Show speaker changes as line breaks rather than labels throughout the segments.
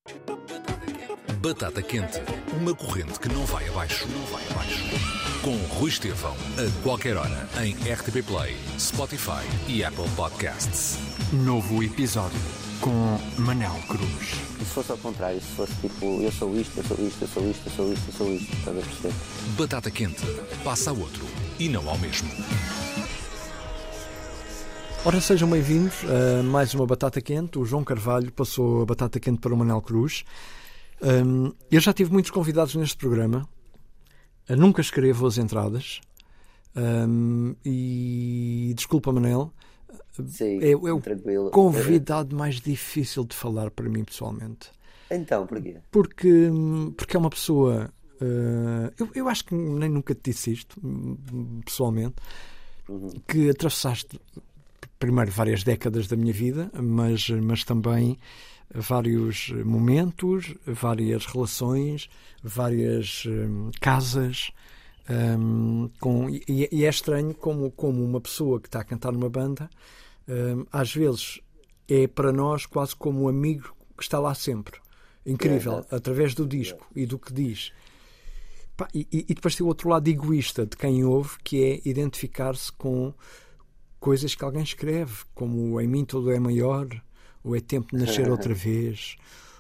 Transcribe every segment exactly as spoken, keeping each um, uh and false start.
Batata Quente, uma corrente que não vai abaixo, não vai abaixo. Com Rui Estevão, a qualquer hora, em R T P Play, Spotify e Apple Podcasts.
Novo episódio com Manel Cruz.
E se fosse ao contrário, se fosse tipo, eu sou isto, eu sou isto, eu sou isto, eu sou isto, eu sou isto, estás a perceber?
Batata Quente, passa a outro e não ao mesmo.
Ora, sejam bem-vindos a mais uma Batata Quente. O João Carvalho passou a Batata Quente para o Manel Cruz. Um, eu já tive muitos convidados neste programa. Eu nunca escrevo as entradas. Um, e desculpa, Manel.
Sim,
é, é o
tranquilo.
convidado mais difícil de falar para mim pessoalmente.
Então, porquê?
Porque, porque é uma pessoa... Uh, eu, eu acho que nem nunca te disse isto, pessoalmente,
Uhum.
que atravessaste primeiro várias décadas da minha vida, mas, mas também vários momentos, várias relações, várias hum, casas. Hum, com, e, e é estranho como, como uma pessoa que está a cantar numa banda, hum, às vezes é para nós quase como um amigo que está lá sempre. Incrível,
É,
através do disco e do que diz. Pá, e, e depois tem o outro lado egoísta de quem ouve, que é identificar-se com coisas que alguém escreve, como em mim tudo é maior, ou é tempo de nascer outra vez.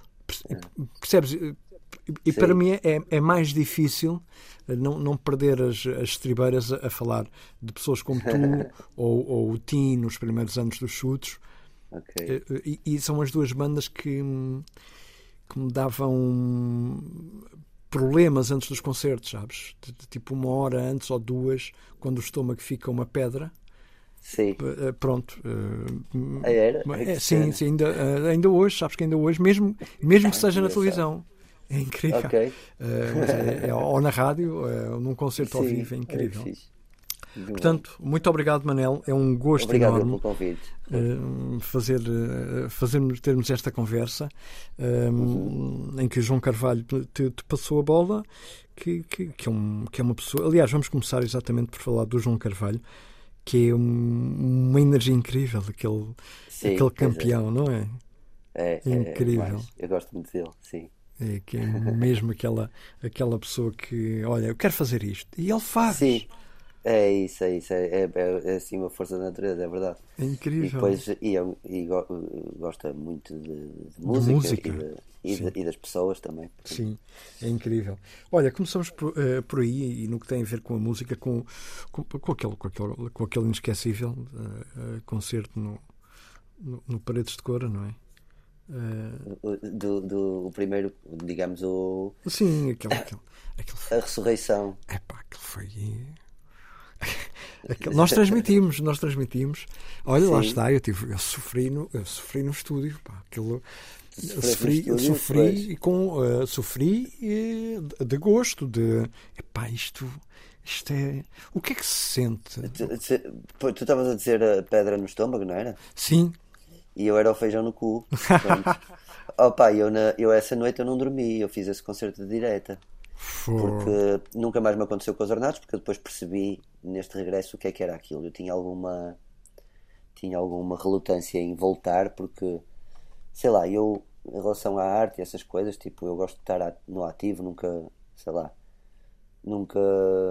Percebes? E para mim é, é mais difícil não, não perder as, as estribeiras a, a falar de pessoas como tu ou, ou o Tim nos primeiros anos dos Chutos.
Okay.
E, e são as duas bandas que, que me davam problemas antes dos concertos, sabes? Tipo uma hora antes ou duas, quando o estômago fica uma pedra.
Sim.
Pronto.
Ah, era?
É, sim, sim, ainda, ainda hoje, sabes que ainda hoje, mesmo, mesmo que seja na televisão, é incrível.
Okay.
Uh, é, é, ou na rádio, é, ou num concerto
sim,
ao vivo, é incrível.
É
Portanto, muito obrigado, Manel. É um gosto
obrigado
enorme
pelo convite.
Uh, fazer, uh, fazermos, termos esta conversa um, uhum. em que o João Carvalho te, te passou a bola, que, que, que, é um, que é uma pessoa. Aliás, vamos começar exatamente por falar do João Carvalho, que é um, uma energia incrível, aquele, sim, aquele campeão, é. Não é?
É,
é incrível.
É, eu gosto muito dele, sim.
É, que é mesmo aquela, aquela pessoa que, olha, eu quero fazer isto, e ele faz.
Sim, é isso, é isso, é, é, é assim uma força da natureza, é verdade.
É incrível.
E depois, e, eu, e go, gosta muito de, de música,
de música.
E, de, e, de, e das pessoas também. Portanto.
Sim, é incrível. Olha, começamos por, uh, por aí, e no que tem a ver com a música, com, com, com, aquele, com, aquele, com aquele inesquecível uh, uh, concerto no, no, no Paredes de Cora, não é?
Uh... Do, do o primeiro, digamos, o...
Sim, aquele, aquele, aquele foi...
a ressurreição.
É pá, aquele foi... Aquele... Nós transmitimos, nós transmitimos. Olha, sim. Lá está, eu, tive, eu, sofri no, eu sofri no estúdio, pá, aquilo... Eu sofri, eu sofri com uh, sofri uh, de gosto de epá, isto, isto é o que é que se sente?
Tu, tu estavas a dizer a pedra no estômago, não era?
Sim.
E eu era o feijão no cu. Opa, eu, na, eu essa noite eu não dormi, eu fiz esse concerto de direta.
For...
Porque nunca mais me aconteceu com os ornatos, porque eu depois percebi neste regresso o que é que era aquilo. Eu tinha alguma tinha alguma relutância em voltar, porque sei lá, eu em relação à arte e essas coisas, tipo, eu gosto de estar no ativo, nunca, sei lá, nunca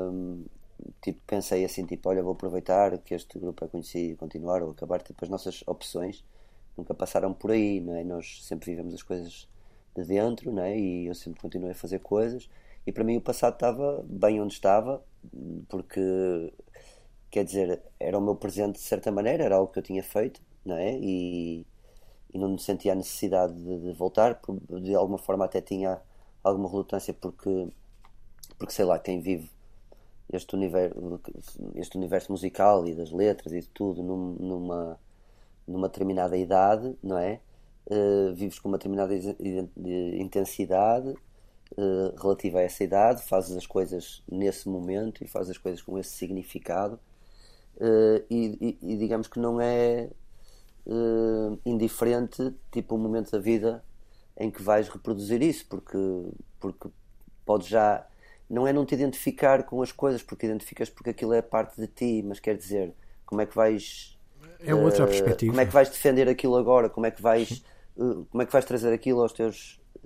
tipo, pensei assim, tipo, olha, vou aproveitar que este grupo é conhecido e continuar ou acabar, tipo, as nossas opções nunca passaram por aí, não é? Nós sempre vivemos as coisas de dentro, não é? E eu sempre continuei a fazer coisas, e para mim o passado estava bem onde estava, porque, quer dizer, era o meu presente de certa maneira, era algo que eu tinha feito, não é? E e não me sentia a necessidade de, de voltar, de alguma forma até tinha alguma relutância porque, porque sei lá, quem vive este universo, este universo musical e das letras e de tudo num, numa, numa determinada idade, não é? Uh, vives com uma determinada intensidade uh, relativa a essa idade, fazes as coisas nesse momento e fazes as coisas com esse significado uh, e, e, e digamos que não é Uh, indiferente, tipo um momento da vida em que vais reproduzir isso, porque, porque podes já, não é não te identificar com as coisas, porque identificas porque aquilo é parte de ti, mas quer dizer, como é que vais
é outra
uh,
perspectiva,
como é que vais defender aquilo agora, como é que vais uh, como é que vais trazer aquilo aos teus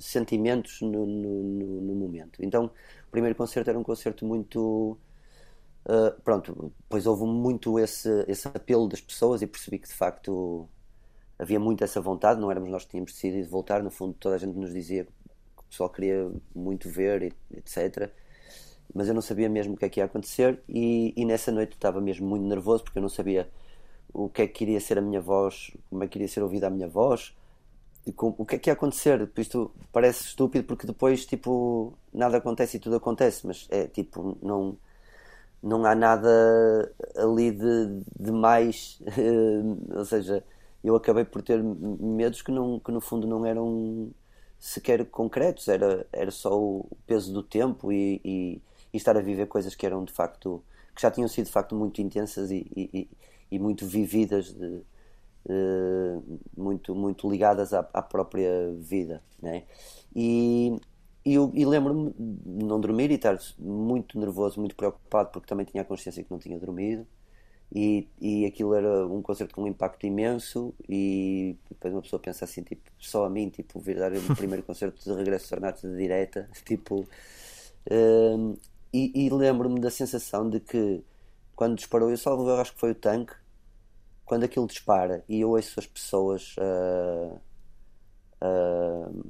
sentimentos no, no, no, no momento. Então o primeiro concerto era um concerto muito uh, pronto, depois houve muito esse, esse apelo das pessoas e percebi que de facto havia muito essa vontade, não éramos nós que tínhamos decidido voltar, no fundo toda a gente nos dizia que o pessoal queria muito ver, etcétera. Mas eu não sabia mesmo o que é que ia acontecer e, e nessa noite estava mesmo muito nervoso porque eu não sabia o que é que iria ser a minha voz, como é que iria ser ouvida a minha voz, e com, o que é que ia acontecer. Isto parece estúpido porque depois tipo nada acontece e tudo acontece, mas é tipo, não, não há nada ali de, de mais, ou seja, eu acabei por ter medos que, não, que no fundo não eram sequer concretos, era, era só o peso do tempo e, e, e estar a viver coisas que eram de facto, que já tinham sido de facto muito intensas e, e, e muito vividas, de, uh, muito, muito ligadas à, à própria vida, né? E, e, eu, e lembro-me de não dormir e estar muito nervoso, muito preocupado porque também tinha a consciência que não tinha dormido. E, e aquilo era um concerto com um impacto imenso e depois uma pessoa pensa assim, tipo, só a mim, tipo, vir dar o primeiro concerto de regresso de Ornatos de direta, tipo, um, e, e lembro-me da sensação de que quando disparou, eu salvo eu acho que foi o tanque, quando aquilo dispara e eu ouço as pessoas uh, uh,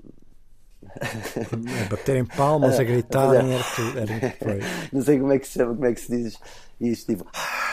a baterem palmas, a gritarem, era tudo, era, foi.
Não sei como é que se chama, como é que se diz isto, tipo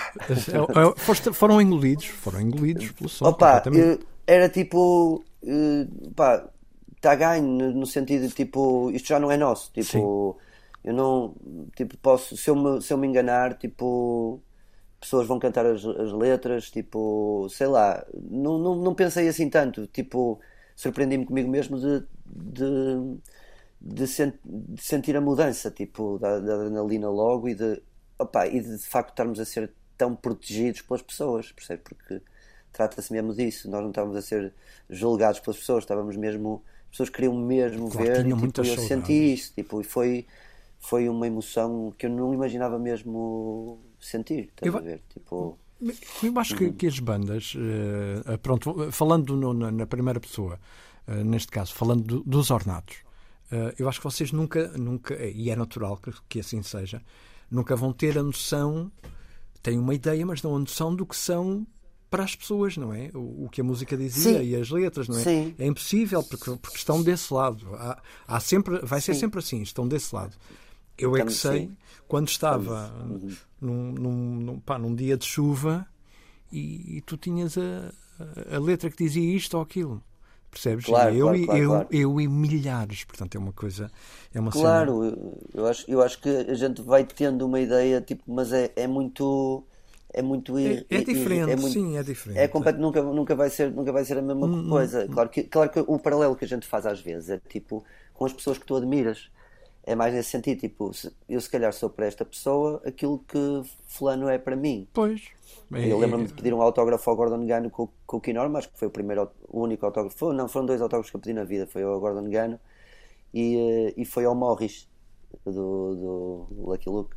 Foste, foram engolidos, foram engolidos pelo som.
Opa, eu, era tipo, uh, pá, está ganho no, no sentido de tipo, isto já não é nosso, tipo, sim. Eu não, tipo, posso, se eu me, se eu me enganar, tipo, pessoas vão cantar as, as letras, tipo, sei lá, não, não, não pensei assim tanto, tipo, surpreendi-me comigo mesmo de, de, de, sent, de sentir a mudança, tipo, da, da adrenalina logo e de, opa, e de, de facto estarmos a ser tão protegidos pelas pessoas, percebe? Porque trata-se mesmo disso, nós não estávamos a ser julgados pelas pessoas, estávamos mesmo, as pessoas queriam mesmo claro, ver e tipo, eu senti isso, tipo, e foi, foi uma emoção que eu não imaginava mesmo sentir, estás eu, a ver? Tipo,
eu acho que, que as bandas, uh, pronto, falando no, na, na primeira pessoa, uh, neste caso, falando do, dos Ornatos, uh, eu acho que vocês nunca, nunca, e é natural que, que assim seja, nunca vão ter a noção, têm uma ideia, mas não a noção do que são para as pessoas, não é? O, o que a música dizia. Sim. E as letras, não é? Sim. É impossível, porque, porque estão desse lado. Há, há sempre, vai ser sim. sempre assim, estão desse lado. Eu é que sei, sim. quando estava uhum. num, num, num, pá, num dia de chuva e, e tu tinhas a, a letra que dizia isto ou aquilo. Percebes?
Claro,
eu,
claro,
eu,
claro,
eu,
claro.
eu e milhares, portanto é uma coisa, é uma
claro,
cena...
eu, eu, acho, eu acho que a gente vai tendo uma ideia, tipo, mas é, é muito é muito ir,
é, é diferente,
é muito,
sim, é diferente.
É completo, nunca, nunca, vai ser, nunca vai ser a mesma hum, coisa. Hum, claro, que, claro que o paralelo que a gente faz às vezes é tipo com as pessoas que tu admiras. É mais nesse sentido, tipo, eu se calhar sou para esta pessoa aquilo que fulano é para mim.
Pois.
É, eu lembro-me de pedir um autógrafo ao Gordon Gano com, com o Kinorm, acho que foi o primeiro, o único autógrafo. Foi, não, foram dois autógrafos que eu pedi na vida, foi ao Gordon Gano e, e foi ao Morris do, do Lucky Luke.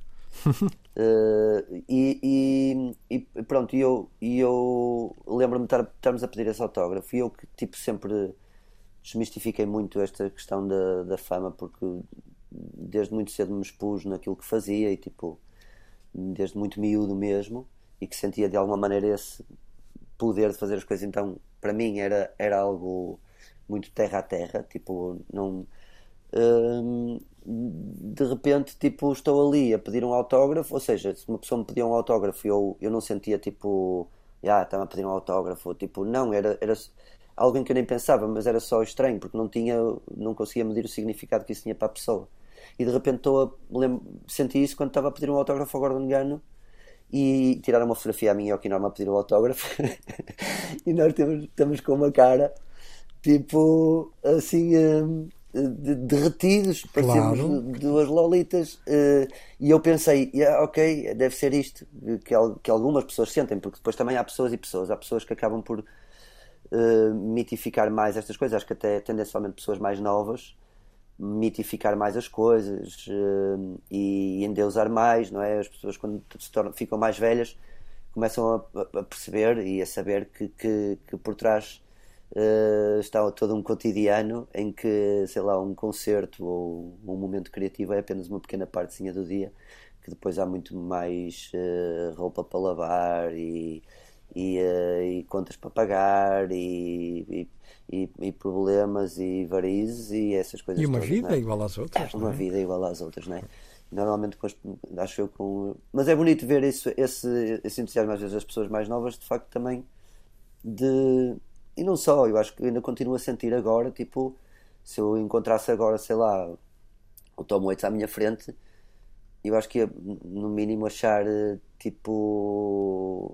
uh, e, e, e pronto, e eu, e eu lembro-me de estarmos a pedir esse autógrafo e eu que tipo sempre desmistifiquei muito esta questão da, da fama porque desde muito cedo me expus naquilo que fazia e tipo desde muito miúdo mesmo e que sentia de alguma maneira esse poder de fazer as coisas, então para mim era, era algo muito terra a terra, tipo não hum, de repente tipo estou ali a pedir um autógrafo, ou seja, se uma pessoa me pedia um autógrafo eu, eu não sentia tipo ah, está-me a pedir um autógrafo, tipo não, era, era alguém que eu nem pensava, mas era só estranho porque não tinha, não conseguia medir o significado que isso tinha para a pessoa. E de repente estou a, lembro, senti isso quando estava a pedir um autógrafo ao Gordon Gano e tiraram uma fotografia a mim e ao Kinorm a pedir o autógrafo e nós temos, estamos com uma cara tipo assim um, de, derretidos, parecemos claro. duas lolitas uh, e eu pensei, yeah, ok, deve ser isto que, que algumas pessoas sentem, porque depois também há pessoas e pessoas, há pessoas que acabam por uh, mitificar mais estas coisas, acho que até tendencialmente pessoas mais novas mitificar mais as coisas uh, e endeusar mais, não é? As pessoas quando se tornam, ficam mais velhas começam a, a perceber e a saber que, que, que por trás uh, está todo um cotidiano em que, sei lá, um concerto ou um momento criativo é apenas uma pequena partezinha do dia, que depois há muito mais uh, roupa para lavar e, e, uh, e contas para pagar e, e, e problemas e varizes e essas coisas
E uma
todas,
vida
não é?
igual às outras.
É, uma
não é?
vida igual às outras, não é? Normalmente, com as- acho eu, com... Mas é bonito ver isso, esse, esse entusiasmo às vezes das pessoas mais novas, de facto, também de... E não só, eu acho que ainda continuo a sentir agora, tipo, se eu encontrasse agora, sei lá, o Tom Waits à minha frente, eu acho que ia, no mínimo, achar, eh, tipo,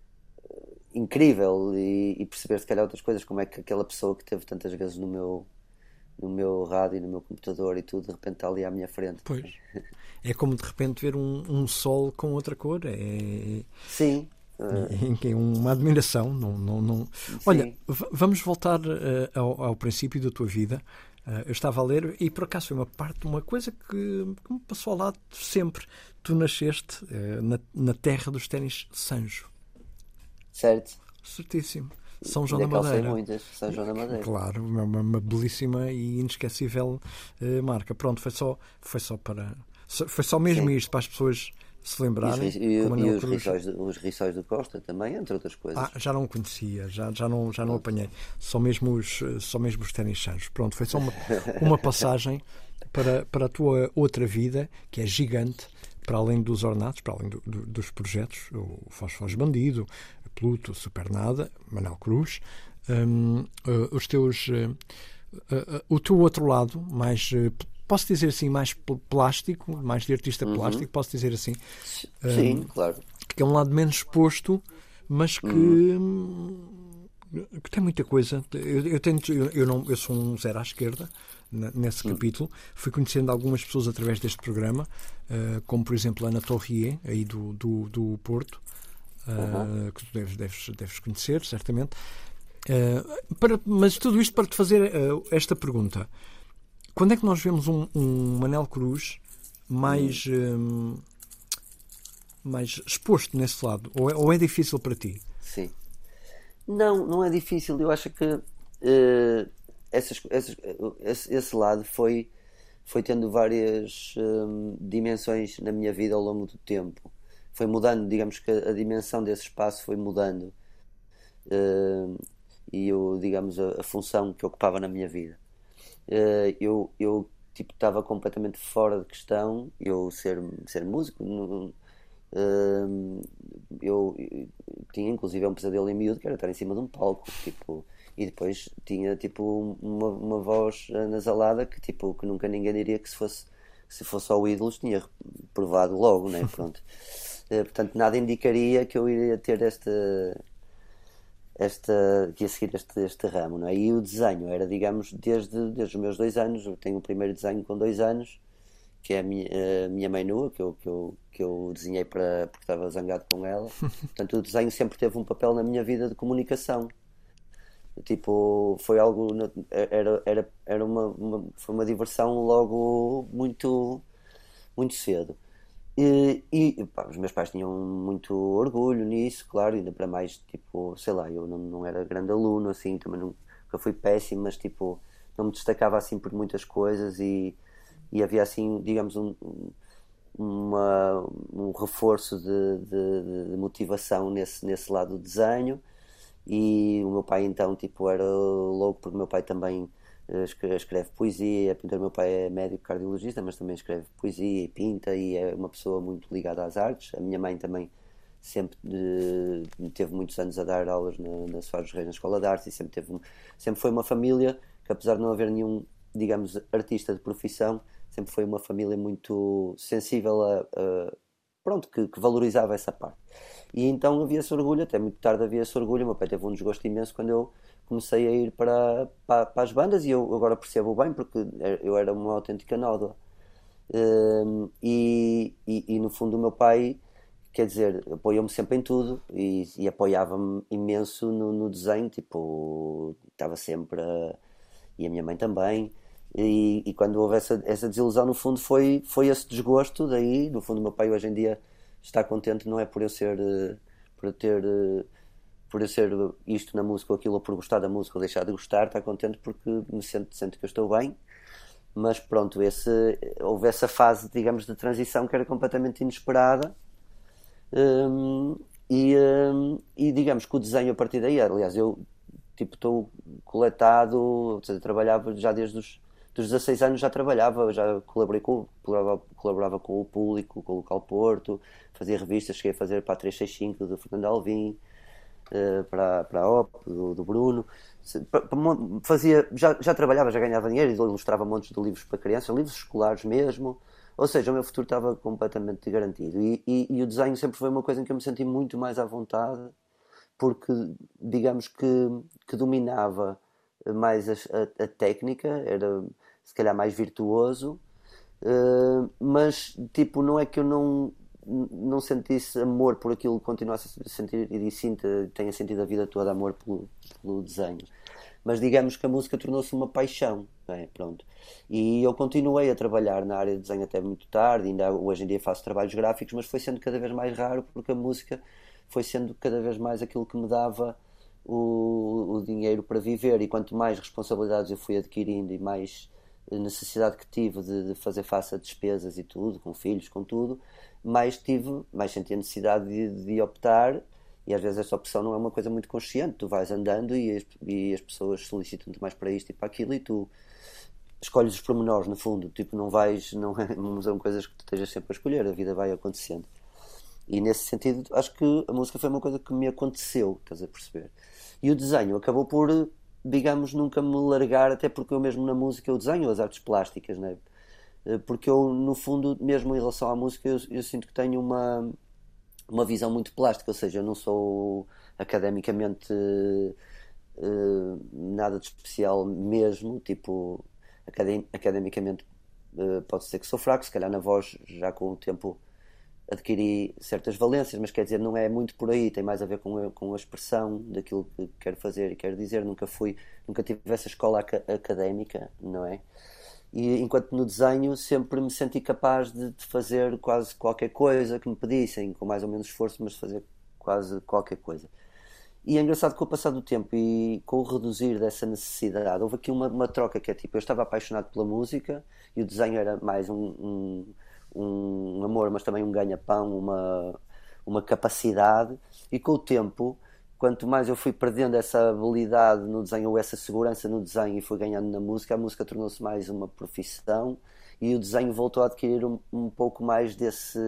incrível e, e perceber, se calhar, outras coisas, como é que aquela pessoa que teve tantas vezes no meu, no meu rádio, no meu computador e tudo, de repente está ali à minha frente.
Pois. É como de repente ver um, um sol com outra cor. É,
Sim, eh,
é, é uma admiração. Não, não, não... Olha,
sim,
v- vamos voltar eh, ao, ao princípio da tua vida. Eh, eu estava a ler e por acaso foi uma parte, uma coisa que, que me passou ao lado sempre. Tu nasceste eh, na, na terra dos ténis de Sanjo.
certo.
Certíssimo. São João
Da
da
calcei
Madeira.
muitas, São João da Madeira.
Claro, uma, uma- uma belíssima e inesquecível eh, marca. Pronto, foi só, foi só para. só- Foi só mesmo
Sim.
isto para as pessoas se
E os,
lembrarem.
ri-
que
e,
o
e
Manuel
os
Cruz.
rissóis, do- os rissóis do Costa também, entre outras coisas.
Ah, já não conhecia, já, já não, já não apanhei. Só mesmo os, eh, só mesmo os ténis Sanjos. Pronto, foi só uma, uma passagem para, para a tua outra vida, que é gigante, para além dos ornatos, para além do- do- dos projetos, o Foz Foz Bandido, Pluto, Supernada, Manuel Cruz, hum, eh, os teus, eh, eh, eh, o teu outro lado, mais, eh, p- posso dizer assim, mais pl- plástico, mais de artista plástico, posso dizer assim,
Sim, claro.
que é um lado menos exposto, mas que, hum, que tem muita coisa. Eu, eu, tento, eu, eu não, eu sou um zero à esquerda na- nesse capítulo. Fui conhecendo algumas pessoas através deste programa, eh, como por exemplo a Ana Torrier, aí do, do, do Porto, eh, que tu deves, deves, deves conhecer, certamente. Eh, para, mas tudo isto para te fazer eh, esta pergunta. Quando é que nós vemos um, um Manel Cruz mais, hum, mais exposto nesse lado? Ou é, ou é difícil para ti?
Sim. Não, não é difícil. Eu acho que eh, essas, essas- esse, esse lado foi, foi tendo várias hum, dimensões na minha vida ao longo do tempo. Foi mudando, digamos que a, a dimensão desse espaço foi mudando. Hum, e eu, digamos, a, a função que ocupava na minha vida. Eh, eu, eu tipo, estava completamente fora de questão eu ser, ser músico. Não- Hum, eu, eu tinha inclusive um pesadelo em miúdo que era estar em cima de um palco, tipo, e depois tinha tipo uma, uma voz anasalada que tipo que nunca ninguém diria que se fosse se fosse ao Ídolos tinha provado logo, né? Pronto. Eh, portanto nada indicaria que eu iria ter esta esta que ia seguir este, este ramo, não é? E o desenho era, digamos, desde, desde os meus dois anos. Eu tenho o primeiro desenho com dois anos, que é a minha, a minha mãe nua, que eu, que, eu, que eu desenhei para, porque estava zangado com ela. Portanto, o desenho sempre teve um papel na minha vida de comunicação. Tipo, foi algo, era, era, era uma, uma, foi uma diversão logo muito, muito cedo. E, e pá, os meus pais tinham muito orgulho nisso, claro, ainda para mais, tipo, sei lá, eu não, não era grande aluno, assim, também nunca fui péssimo, mas tipo, não me destacava assim por muitas coisas e, e havia assim, digamos, um, uma, um reforço de, de, de motivação nesse, nesse lado do desenho. E o meu pai então, tipo, era louco porque o meu pai também eh, escreve, escreve poesia, é pintor. O meu pai é médico cardiologista, mas também escreve poesia e pinta e é uma pessoa muito ligada às artes. A minha mãe também sempre eh, teve muitos anos a dar aulas na, na Soares dos Reis, na Escola de Artes, e sempre, teve, sempre foi uma família que, apesar de não haver nenhum, digamos, artista de profissão, sempre foi uma família muito sensível a, a pronto, que, que valorizava essa parte. E então havia esse orgulho, até muito tarde havia esse orgulho. O meu pai teve um desgosto imenso quando eu comecei a ir para, para, para as bandas, e eu agora percebo bem porque eu era uma autêntica nódoa. Um, e, e, e no fundo o meu pai, quer dizer, apoiou-me sempre em tudo e, e apoiava-me imenso no, no desenho, tipo, estava sempre a, e a minha mãe também. E, e quando houve essa, essa desilusão, no fundo foi, foi esse desgosto. Daí, no fundo, o meu pai hoje em dia está contente, não é por eu ser por eu ter por eu ser isto na música ou aquilo, ou por gostar da música ou deixar de gostar, está contente porque me sinto, sinto que eu estou bem. Mas pronto, esse, houve essa fase, digamos, de transição que era completamente inesperada. Um, e, um, e digamos que o desenho a partir daí, aliás, eu tipo estou coletado, ou seja, trabalhava já desde os dos dezasseis anos, já trabalhava, já colaborei com, colaborava, colaborava com o Público, com o Local Porto, fazia revistas, cheguei a fazer para a trezentos e sessenta e cinco do Fernando Alvim, uh, para, para a O P do, do Bruno. Fazia, já, já trabalhava, já ganhava dinheiro, ilustrava montes de livros para crianças, livros escolares mesmo, ou seja, o meu futuro estava completamente garantido. E, e, e o desenho sempre foi uma coisa em que eu me senti muito mais à vontade, porque digamos que, que dominava mais a, a, a técnica, era se calhar mais virtuoso, uh, mas tipo, não é que eu não, não sentisse amor por aquilo, continuasse a sentir e sinta, tenha sentido a vida toda amor pelo, pelo desenho, mas digamos que a música tornou-se uma paixão, bem, pronto. E eu continuei a trabalhar na área de desenho até muito tarde, ainda hoje em dia faço trabalhos gráficos, mas foi sendo cada vez mais raro porque a música foi sendo cada vez mais aquilo que me dava o, o dinheiro para viver, e quanto mais responsabilidades eu fui adquirindo e mais necessidade que tive de, de fazer face a despesas e tudo, com filhos, com tudo, mais tive, mais senti a necessidade de, de optar. E às vezes essa opção não é uma coisa muito consciente, tu vais andando e as, e as pessoas solicitam-te mais para isto e para aquilo, e tu escolhes os pormenores, no fundo, tipo, não vais, não, é, não são coisas que tu estejas sempre a escolher, a vida vai acontecendo. E nesse sentido acho que a música foi uma coisa que me aconteceu, estás a perceber? E o desenho acabou por, digamos, nunca me largar, até porque eu mesmo na música eu desenho as artes plásticas, né? Porque eu, no fundo, mesmo em relação à música, eu, eu sinto que tenho uma, uma visão muito plástica, ou seja, eu não sou academicamente uh, nada de especial mesmo, tipo, academ, academicamente uh, pode ser que sou fraco, se calhar na voz já com o tempo adquiri certas valências, mas quer dizer, não é muito por aí, tem mais a ver com a, com a expressão daquilo que quero fazer e quero dizer. Nunca fui, nunca tive essa escola ac- académica, não é? E enquanto no desenho sempre me senti capaz de, de fazer quase qualquer coisa que me pedissem, com mais ou menos esforço, mas fazer quase qualquer coisa. E é engraçado que com o passar do tempo e com o reduzir dessa necessidade, houve aqui uma, uma troca que é tipo, eu estava apaixonado pela música e o desenho era mais um, um um amor, mas também um ganha-pão, uma, uma capacidade, e com o tempo, quanto mais eu fui perdendo essa habilidade no desenho ou essa segurança no desenho e fui ganhando na música, a música tornou-se mais uma profissão e o desenho voltou a adquirir um, um pouco mais desse,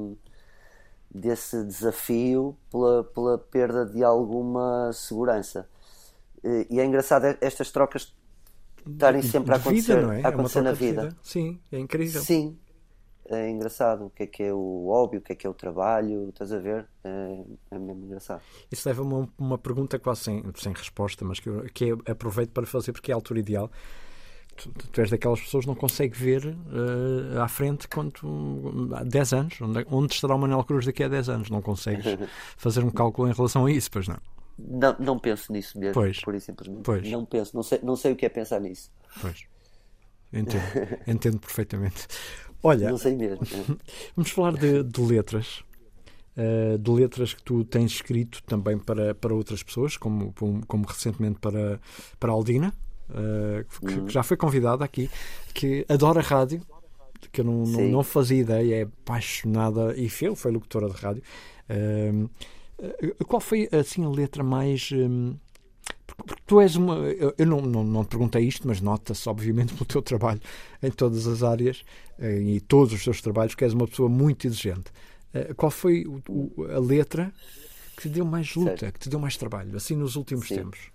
desse desafio pela, pela perda de alguma segurança. E é engraçado estas trocas estarem sempre a acontecer,
vida, não é?
a acontecer
é
na vida.
vida. Sim, é incrível.
Sim. É engraçado, o que é que é o hobby, o que é que é o trabalho, estás a ver? É, é mesmo engraçado.
Isso leva-me a uma pergunta quase sem, sem resposta, mas que, eu, que eu aproveito para fazer porque é a altura ideal. Tu, tu és daquelas pessoas que não consegue ver uh, à frente quanto, há dez anos. Onde, onde estará o Manel Cruz daqui a dez anos? Não consegues fazer um cálculo em relação a isso, pois não?
Não, não penso nisso mesmo,
pois,
pura e simplesmente.
Pois.
Não penso, não sei, não sei o que é pensar nisso.
Pois, entendo, entendo perfeitamente. Olha,
não sei mesmo.
Vamos falar de, de letras, uh, de letras que tu tens escrito também para, para outras pessoas, como, como recentemente para, para a Aldina, uh, que,
uhum.
que já foi convidada aqui, que adora rádio, que eu não, não, não fazia ideia, é apaixonada e foi, foi locutora de rádio. Uh, uh, qual foi assim a letra mais... Um, porque tu és uma... Eu não, não, não te perguntei isto, mas nota-se obviamente no teu trabalho em todas as áreas e todos os teus trabalhos que és uma pessoa muito exigente. Qual foi o, o, a letra que te deu mais luta, certo. que te deu mais trabalho, assim nos últimos Sim. tempos?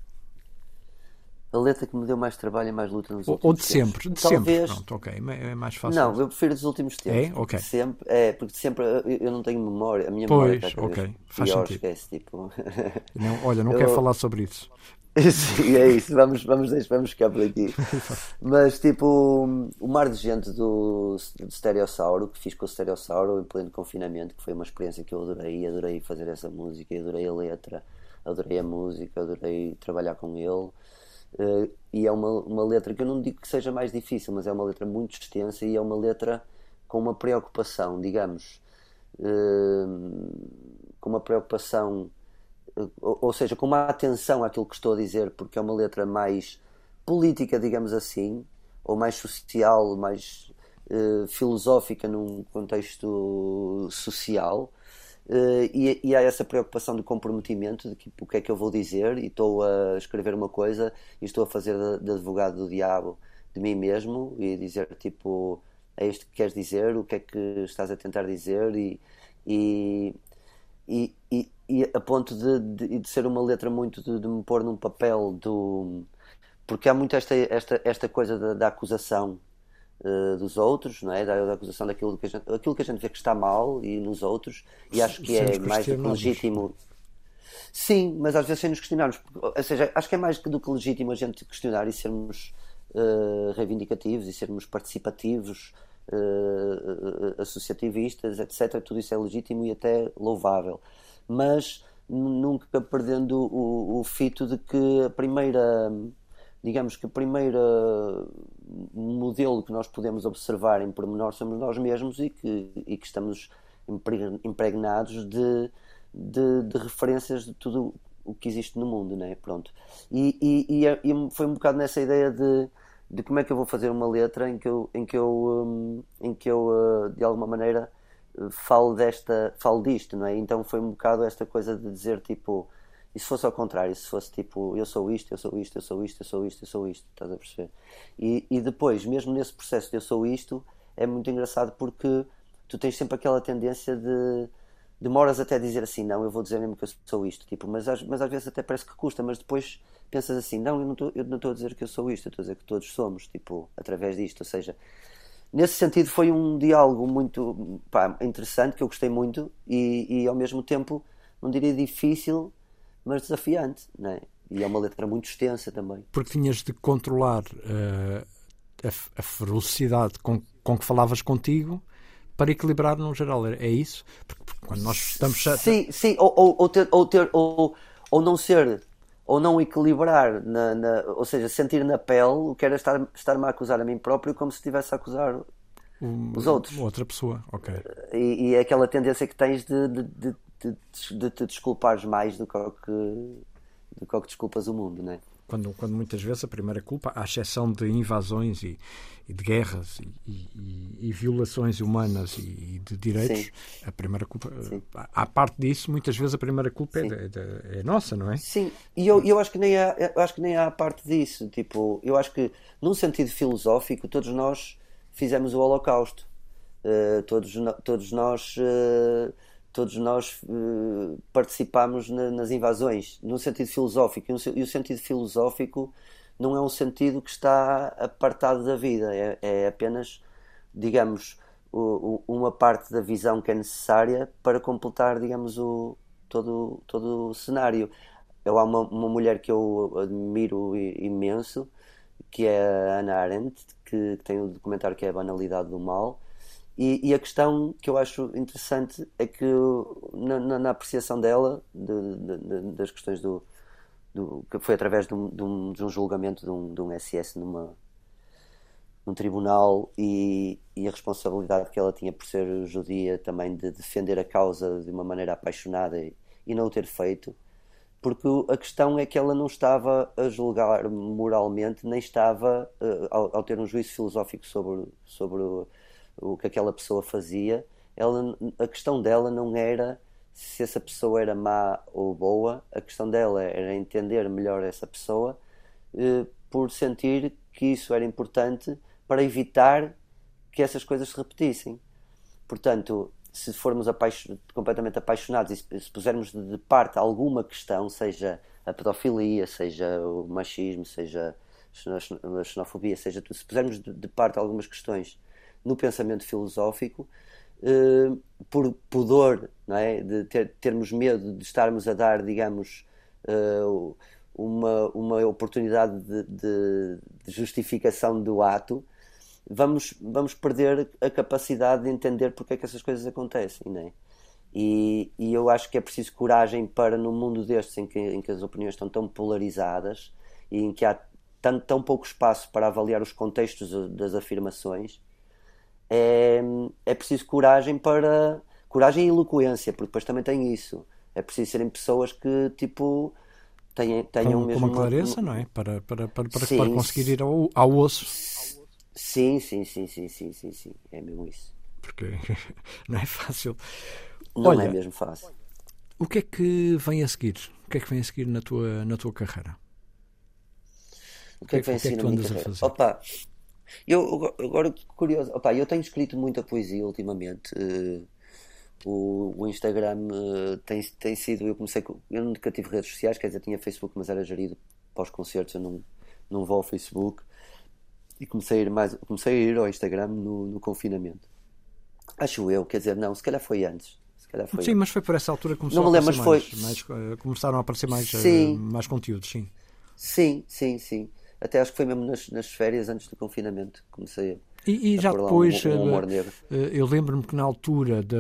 A letra que me deu mais trabalho e mais luta nos
ou,
últimos
ou de
tempos.
sempre, de
Talvez...
sempre. Pronto, ok, é mais fácil.
Não, eu prefiro dos últimos tempos.
É? Ok.
De sempre, é, porque de sempre eu não tenho memória. A minha
pois,
memória está
ok. Faz
pior,
sentido.
esquece, tipo...
não, olha, não
eu...
quero falar sobre isso.
Sim, é isso, vamos, vamos, vamos ficar por aqui. Mas tipo, o Mar de Gente do, do Stereossauro, que fiz com o Stereossauro em pleno confinamento, que foi uma experiência que eu adorei, adorei fazer essa música, adorei a letra, adorei a música, adorei trabalhar com ele. Uh, e é uma, uma letra que eu não digo que seja mais difícil, mas é uma letra muito extensa e é uma letra com uma preocupação, digamos, uh, com uma preocupação ou, ou seja, com uma atenção àquilo que estou a dizer, porque é uma letra mais política, digamos assim, ou mais social, mais uh, filosófica num contexto social. Uh, e, e há essa preocupação de comprometimento de que, o que é que eu vou dizer, e estou a escrever uma coisa e estou a fazer de, de advogado do diabo de mim mesmo e dizer tipo, é isto que queres dizer, o que é que estás a tentar dizer, e, e, e, e, e a ponto de, de, de ser uma letra muito de, de me pôr num papel do, porque há muito esta, esta, esta coisa da, da acusação uh, dos outros, não é? Da, da acusação daquilo que, a gente, aquilo que a gente vê que está mal e nos outros, e acho que é mais do que legítimo. Sim, mas às vezes sem nos questionarmos, ou seja, acho que é mais do que legítimo a gente questionar e sermos uh, reivindicativos e sermos participativos, uh, associativistas, etcétera. Tudo isso é legítimo e até louvável, mas nunca perdendo o, o fito de que a primeira, digamos que a primeira modelo que nós podemos observar em pormenor somos nós mesmos, e que, e que estamos impregnados de, de, de referências de tudo o que existe no mundo, né? Pronto. E, e, e foi um bocado nessa ideia de, de como é que eu vou fazer uma letra em que eu, em que eu, em que eu de alguma maneira falo, desta, falo disto, não é? Então foi um bocado esta coisa de dizer tipo, e se fosse ao contrário, se fosse tipo, eu sou isto, eu sou isto, eu sou isto, eu sou isto, eu sou isto, estás a perceber? E, e depois, mesmo nesse processo de eu sou isto, é muito engraçado porque tu tens sempre aquela tendência de demoras até a dizer assim, não, eu vou dizer mesmo que eu sou isto, tipo, mas, mas às vezes até parece que custa, mas depois pensas assim, não, eu não estou, eu não estou a dizer que eu sou isto, eu estou a dizer que todos somos, tipo, através disto. Ou seja, nesse sentido foi um diálogo muito, pá, interessante, que eu gostei muito, e, e ao mesmo tempo, não diria difícil, mas desafiante, não é? E é uma letra muito extensa também.
Porque tinhas de controlar uh, a, a ferocidade com, com que falavas contigo para equilibrar no geral, é isso? Porque, porque quando nós estamos...
Sim, sim, ou, ou, ou, ter, ou, ter, ou, ou não ser, ou não equilibrar, na, na, ou seja, sentir na pele o que era estar, estar-me a acusar a mim próprio como se estivesse a acusar um, os outros.
Outra pessoa, ok.
E, e é aquela tendência que tens de, de, de, de, de te desculpares mais do que, do que desculpas o mundo, não é?
Quando, quando muitas vezes a primeira culpa, à exceção de invasões e, e de guerras e, e, e violações humanas e, e de direitos, sim, a primeira culpa, sim, à parte disso, muitas vezes a primeira culpa é, de, de, é nossa, não é?
Sim, e eu, eu acho que nem há, eu acho que nem há a parte disso. Tipo, eu acho que num sentido filosófico todos nós fizemos o Holocausto, uh, todos, todos nós uh, todos nós uh, participámos na, nas invasões, num sentido filosófico, e o sentido filosófico não é um sentido que está apartado da vida, é, é apenas, digamos, o, o, uma parte da visão que é necessária para completar, digamos, o, todo, todo o cenário. Eu, há uma, uma mulher que eu admiro imenso, que é a Hannah Arendt, que, que tem um documentário que é A Banalidade do Mal. E, e a questão que eu acho interessante é que na, na, na apreciação dela de, de, de, das questões do, do que foi através de um, de um, de um julgamento de um, de um S S numa, num tribunal, e, e a responsabilidade que ela tinha por ser judia também de defender a causa de uma maneira apaixonada e, e não o ter feito, porque a questão é que ela não estava a julgar moralmente, nem estava uh, ao, ao ter um juízo filosófico sobre, sobre o o que aquela pessoa fazia. Ela, a questão dela não era se essa pessoa era má ou boa, a questão dela era entender melhor essa pessoa, eh, por sentir que isso era importante para evitar que essas coisas se repetissem. Portanto, se formos apaixon- completamente apaixonados e se, se pusermos de, de parte alguma questão, seja a pedofilia, seja o machismo, seja a xenofobia, seja tudo, se pusermos de, de parte algumas questões no pensamento filosófico, eh, por pudor, não é? De ter, termos medo de estarmos a dar, digamos, eh, uma, uma oportunidade de, de, de justificação do ato, vamos, vamos perder a capacidade de entender porque é que essas coisas acontecem, não é? E, e eu acho que é preciso coragem para, num mundo destes em que, em que as opiniões estão tão polarizadas e em que há tão, tão pouco espaço para avaliar os contextos das afirmações, É, é preciso coragem para coragem e eloquência, porque depois também tem isso. É preciso serem pessoas que, tipo, tenham, tenham
com,
mesmo
com uma clareza,
uma...
não é? Para, para, para, para,
Sim,
para conseguir ir ao, ao osso.
sim, sim, sim, sim, sim, sim, sim, é mesmo isso.
Porque não é fácil.
Não
Olha,
é mesmo fácil.
O que é que vem a seguir? O que é que vem a seguir na tua, na tua carreira?
O que é que vem
o que é
assim
que
na
tu
minha
andas a
carreira?
fazer?
Opa, eu agora curioso, opa, eu tenho escrito muita poesia ultimamente. eh, o, o Instagram eh, tem, tem sido, eu comecei com, eu nunca tive redes sociais, quer dizer, tinha Facebook, mas era gerido para os concertos, eu não, não vou ao Facebook. E comecei a ir mais, comecei a ir ao Instagram no, no confinamento. Acho eu, quer dizer, não, se calhar foi antes. Se calhar foi
Sim,
antes.
mas foi por essa altura que
Não
começou
me
a
lembro,
aparecer
mas foi.
mais, mais, eh, começaram a aparecer mais, eh,
Sim,
mais conteúdos, sim.
sim, sim, sim. Até acho que foi mesmo nas, nas férias antes do confinamento que comecei
E, e
a, a
já
pôr lá um,
depois,
um humor
eh,
negro.
eh, eu lembro-me que na altura da,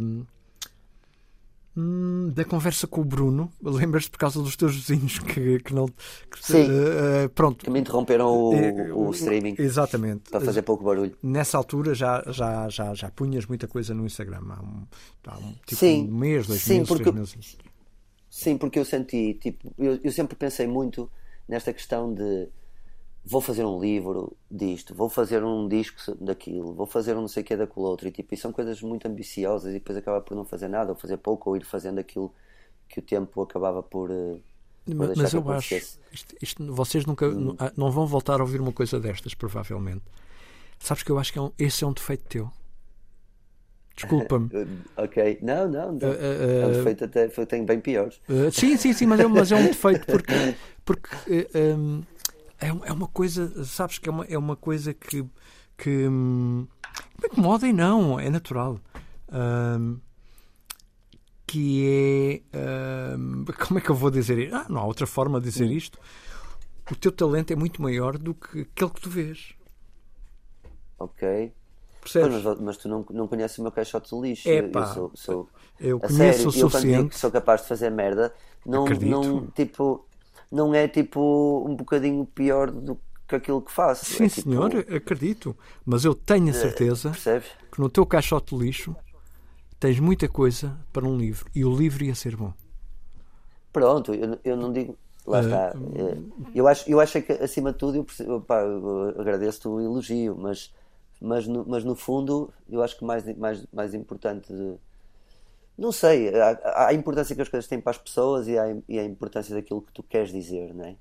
hum, da conversa com o Bruno, lembras-te por causa dos teus vizinhos que, que não. Que,
Sim,
eh, eh, pronto.
que me interromperam
Eh,
o, o
o-
streaming
Exatamente.
para fazer pouco barulho.
Nessa altura já, já, já, já punhas muita coisa no Instagram. Há um, há um tipo um
Sim,
mês, dois
sim,
meses,
porque,
três meses.
sim, porque eu senti, tipo, eu, eu sempre pensei muito nesta questão de vou fazer um livro disto, vou fazer um disco daquilo, vou fazer um não sei o que daquilo outro, e tipo, e são coisas muito ambiciosas e depois acaba por não fazer nada, ou fazer pouco, ou ir fazendo aquilo que o tempo acabava por, eh, por
Ma-
deixar
Mas
que
eu acho,
acontecesse.
isto, isto- vocês nunca nu- ah, não vão voltar a ouvir uma coisa destas, provavelmente. Sabes que eu acho que é um- esse é um defeito teu. Desculpa-me.
Eh, Ok, não, não,
Ah,
não. É um
ah,
defeito até, eu tenho bem piores.
ah, ah, sim, sim, sim, mas é, mas é um defeito porque, porque eh, hum, é, um- é uma coisa, sabes que é uma, é uma coisa que, que hum, me incomoda e não, é natural. Hum, que é. hum, como é que eu vou dizer isto? Ah, não há outra forma de dizer
Hum,
isto. O teu talento é muito maior do que aquele que tu vês.
ok. Pois,
Percebes?
mas, mas tu não, não conheces o meu caixote de lixo.
É
Eu, eu
pá,
sou, sou.
eu
A
conheço
sério,
o
eu quando digo que
suficiente,
sou capaz de fazer merda, não, não,
acredito.
tipo, não é tipo um bocadinho pior do que aquilo que faço. É
Sim, senhor,
tipo,
acredito. Mas eu tenho a
eh,
certeza
percebes?
que no teu caixote de lixo tens muita coisa para um livro. E o livro ia ser bom.
Pronto, eu, eu não digo. Lá
Ah,
está. Eh, Eu acho, eu acho que acima de tudo eu, percebo, pá, eu agradeço-te o elogio, mas, mas, no, mas no fundo eu acho que mais, mais, mais importante. de- Não sei, há, há a importância que as coisas têm para as pessoas e há, e a importância daquilo que tu queres dizer, não é?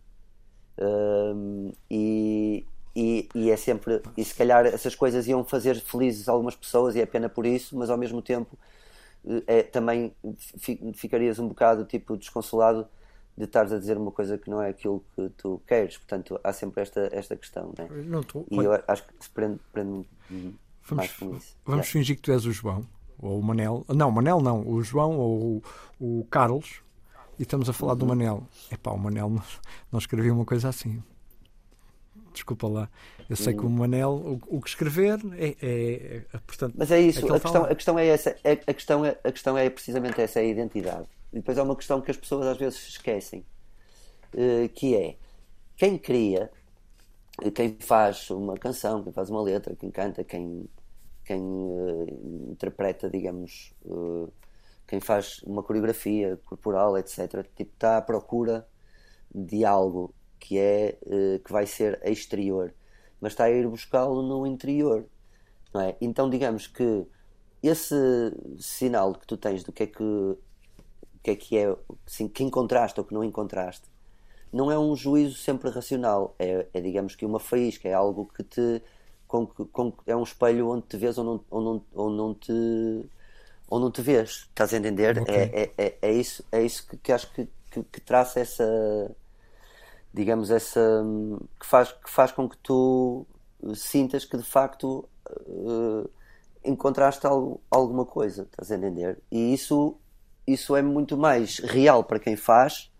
Hum, e, e, e é sempre. E se calhar essas coisas iam fazer felizes algumas pessoas e é pena por isso, mas ao mesmo tempo eh, é, também fi- ficarias um bocado tipo desconsolado de estares a dizer uma coisa que não é aquilo que tu queres. Portanto, há sempre esta, esta questão, né?
não estou.
E
Olha,
eu acho que se prende, prende
vamos,
mais com isso.
vamos
Yeah.
fingir que tu és o João, ou o Manel. Não, o Manel não, o João ou o, o Carlos. E estamos a falar do
Uhum.
Manel. Epá, o Manel não, não escrevia uma coisa assim. Desculpa lá. Eu sei que o
Hum.
Manel, o, o que escrever é, é, é, portanto,
Mas é
é
isso,
que ele
a
está
questão,
lá.
a questão é essa, é- a questão é, a questão é precisamente essa, é a identidade. E depois há uma questão que as pessoas às vezes esquecem, eh, que é quem cria, eh, quem faz uma canção, quem faz uma letra, quem canta, quem, quem eh, interpreta, digamos, eh, quem faz uma coreografia corporal, etcétera, tipo, está à procura de algo que é eh, que vai ser exterior, mas está a ir buscá-lo no interior, não é? Então digamos que esse sinal que tu tens do que é que, o que é que é, assim, que encontraste ou que não encontraste, não é um juízo sempre racional, é, é digamos que uma faísca, é algo que te com, que- com, é um espelho onde te vês ou não, ou não, ou não te ou não te vês, estás a entender?
Ok.
É, é, é, é isso, é isso que, que acho que, que, que traça essa, digamos, essa que faz, que faz com que tu eh, sintas que de facto eh, encontraste algo, alguma coisa, estás a entender? E isso, isso é muito mais real para quem faz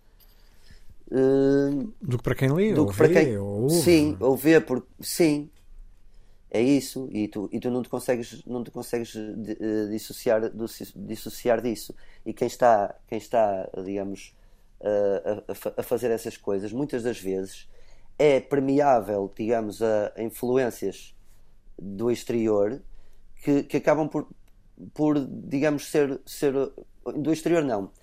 eh,
Do que para quem lê,
do
ou
que para
vê,
quem.
ou
Sim,
ouve.
ou vê, porque sim, é isso, e tu, e tu não te consegues, não te consegues di- eh, dissociar, do- dissociar disso. E quem está, quem está, digamos, a, a- a fa- a fazer essas coisas, muitas das vezes é permeável, digamos, a, a influências do exterior que, que acabam por, por, digamos, ser, ser do exterior não.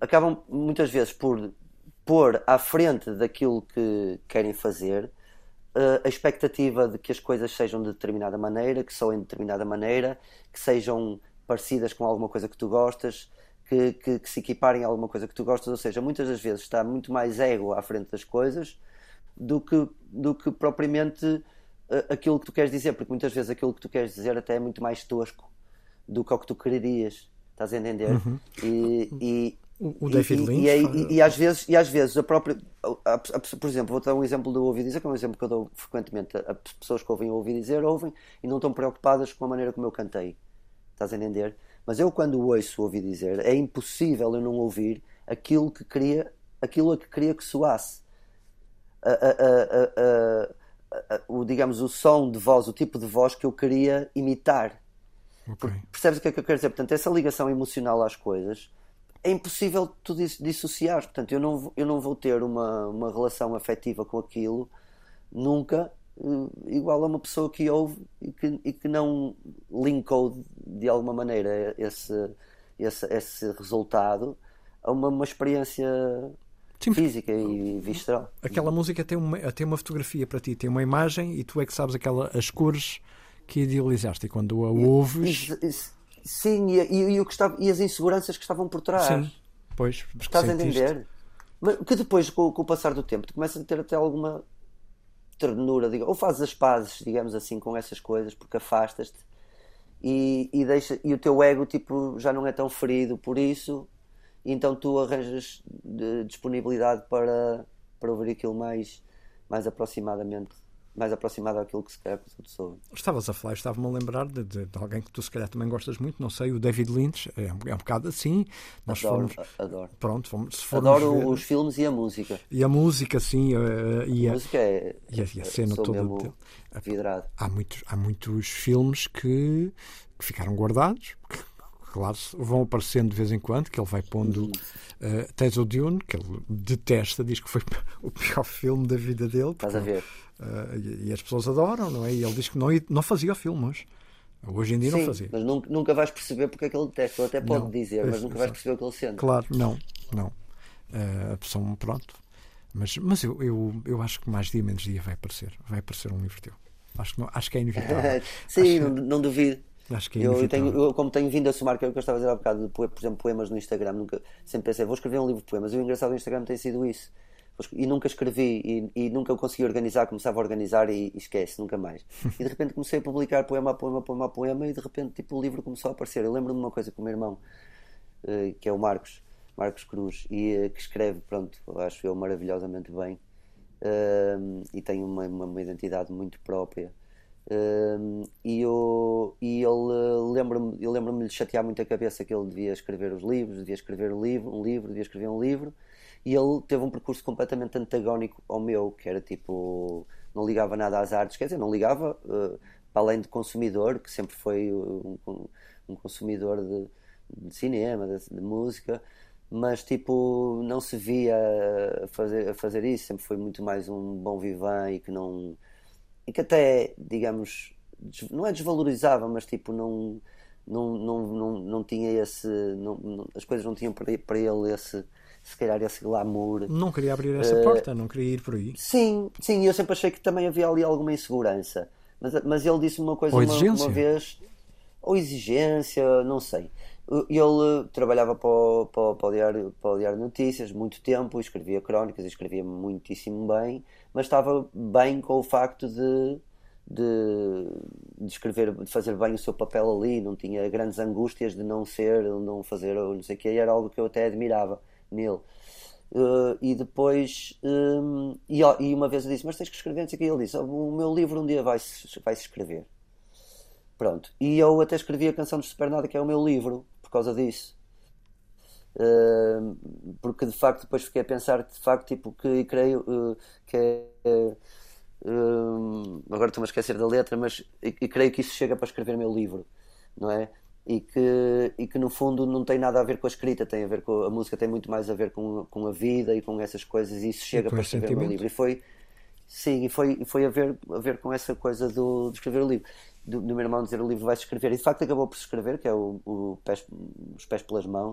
acabam muitas vezes por pôr à frente daquilo que querem fazer uh, a expectativa de que as coisas sejam de determinada maneira, que soem de determinada maneira, que sejam parecidas com alguma coisa que tu gostas, que, que, que se equiparem a alguma coisa que tu gostas. Ou seja, muitas das vezes está muito mais ego à frente das coisas do que, do que propriamente uh, aquilo que tu queres dizer, porque muitas vezes aquilo que tu queres dizer até é muito mais tosco do que o que tu quererias. Estás a entender?
Uhum.
E, e,
o David
e,
Lynch
e,
faz...
e, e, às vezes, e às vezes a própria a, a, a, por exemplo, vou dar um exemplo do ouvir dizer, que é um exemplo que eu dou frequentemente a, a pessoas que ouvem ouvir dizer, ouvem e não estão preocupadas com a maneira como eu cantei. Estás a entender? Mas eu, quando ouço ouvir dizer, é impossível eu não ouvir aquilo que queria, aquilo a que queria que soasse. A, a, a, a, a, o, digamos, o som de voz, o tipo de voz que eu queria imitar.
Okay.
Percebes o que é que eu quero dizer? Portanto, essa ligação emocional às coisas é impossível tu dissociar. Portanto, eu não, eu não vou ter uma, uma relação afetiva com aquilo nunca uh, igual a uma pessoa que ouve e que, e que não linkou de alguma maneira esse, esse, esse resultado a uma, uma experiência Sim, física e visceral.
Aquela música tem uma, tem uma fotografia para ti, tem uma imagem e tu é que sabes aquela, as cores que idealizaste, e quando a ouves...
E, e, sim, e, e, e, o que estava, e as inseguranças que estavam por trás.
Sim, pois.
Estás a entender? Mas que depois, com, com o passar do tempo, tu começas a ter até alguma ternura, diga, ou fazes as pazes, digamos assim, com essas coisas, porque afastas-te e, e, deixa, e o teu ego tipo, já não é tão ferido por isso, e então tu arranjas de, disponibilidade para, para ouvir aquilo mais, mais aproximadamente. mais aproximado àquilo que se calhar que tu soube.
Estavas a falar, estava-me a lembrar de, de, de alguém que tu se calhar também gostas muito, não sei, o David Lynch, é um, é um bocado assim. Nós
adoro,
fomos,
adoro.
Pronto, fomos, se formos
adoro
ver,
os filmes e a música.
E a música, sim. Uh, e
a, a música é...
E a, e a cena
sou
toda.
mesmo vidrado.
Há muitos, há muitos filmes que, que ficaram guardados, que, claro, vão aparecendo de vez em quando, que ele vai pondo uh, Tens o Dune, que ele detesta, diz que foi o pior filme da vida dele.
Estás a ver?
Uh, e, e as pessoas adoram, não é? E ele diz que não, não fazia o filme hoje. Hoje em dia
Sim,
não fazia.
Mas nunca, nunca vais perceber porque é que ele detesta. Ele até pode
não,
dizer, mas nunca vais perceber o que ele sente.
Claro, não, não. Uh, a pessoa, pronto. Mas, mas eu, eu, eu acho que mais dia menos dia vai aparecer. Vai aparecer um livro teu. Acho que, não, acho que é inevitável.
Sim,
acho
não, não duvido.
Acho que é
eu, tenho, eu, como tenho vindo a somar, que é o que eu estava a dizer há bocado, por exemplo, poemas no Instagram, nunca, sempre pensei, vou escrever um livro de poemas. E o engraçado do Instagram tem sido isso. E nunca escrevi, e, e nunca consegui organizar, começava a organizar e, e esquece, nunca mais. E de repente comecei a publicar poema a poema, poema a poema, e de repente tipo, o livro começou a aparecer. Eu lembro-me de uma coisa com o meu irmão, uh, que é o Marcos, Marcos Cruz, e uh, que escreve, pronto, acho eu, maravilhosamente bem, uh, e tem uma, uma, uma identidade muito própria. Uh, e, eu, e ele uh, lembro-me, eu lembro-me de chatear muito a cabeça que ele devia escrever os livros, devia escrever um livro, um livro, devia escrever um livro. E ele teve um percurso completamente antagónico ao meu, que era tipo, não ligava nada às artes, quer dizer, não ligava, uh, para além de consumidor, que sempre foi um, um consumidor de, de cinema, de, de música, mas tipo, não se via a fazer, a fazer isso, sempre foi muito mais um bom vivant e que não, e que até, digamos, não é desvalorizava, mas tipo, não, não, não, não, não tinha esse, não, não, as coisas não tinham para, para ele esse, se calhar esse glamour.
Não queria abrir essa uh, porta, não queria ir por aí.
Sim, sim, eu sempre achei que também havia ali alguma insegurança. Mas, mas ele disse uma coisa uma, uma vez, ou exigência, não sei. Ele trabalhava para o, para, o, para, o diário, para o Diário de Notícias muito tempo, escrevia crónicas, escrevia muitíssimo bem, mas estava bem com o facto de, de, de escrever, de fazer bem o seu papel ali, não tinha grandes angústias de não ser, não fazer, não sei o que, era algo que eu até admirava nele. Uh, e depois um, e, e uma vez eu disse, mas tens que escrever, não sei o que, ele disse, o meu livro um dia vai-se vai -se escrever. Pronto, e eu até escrevi a Canção de Super Nada, que é o meu livro, por causa disso, uh, porque de facto depois fiquei a pensar de facto, tipo, que creio uh, que é uh, uh, agora estou-me a esquecer da letra, mas e, e creio que isso chega para escrever o meu livro, não é? E que, e que no fundo não tem nada a ver com a escrita, tem a ver com a música, tem muito mais a ver com, com a vida e com essas coisas, e isso chega para escrever o meu livro. E foi, sim, e foi, e foi a, ver, a ver com essa coisa do, de escrever o livro, do, do meu irmão dizer o livro vai-se escrever, e de facto acabou por se escrever, que é o, o pés, Os Pés pelas Mãos,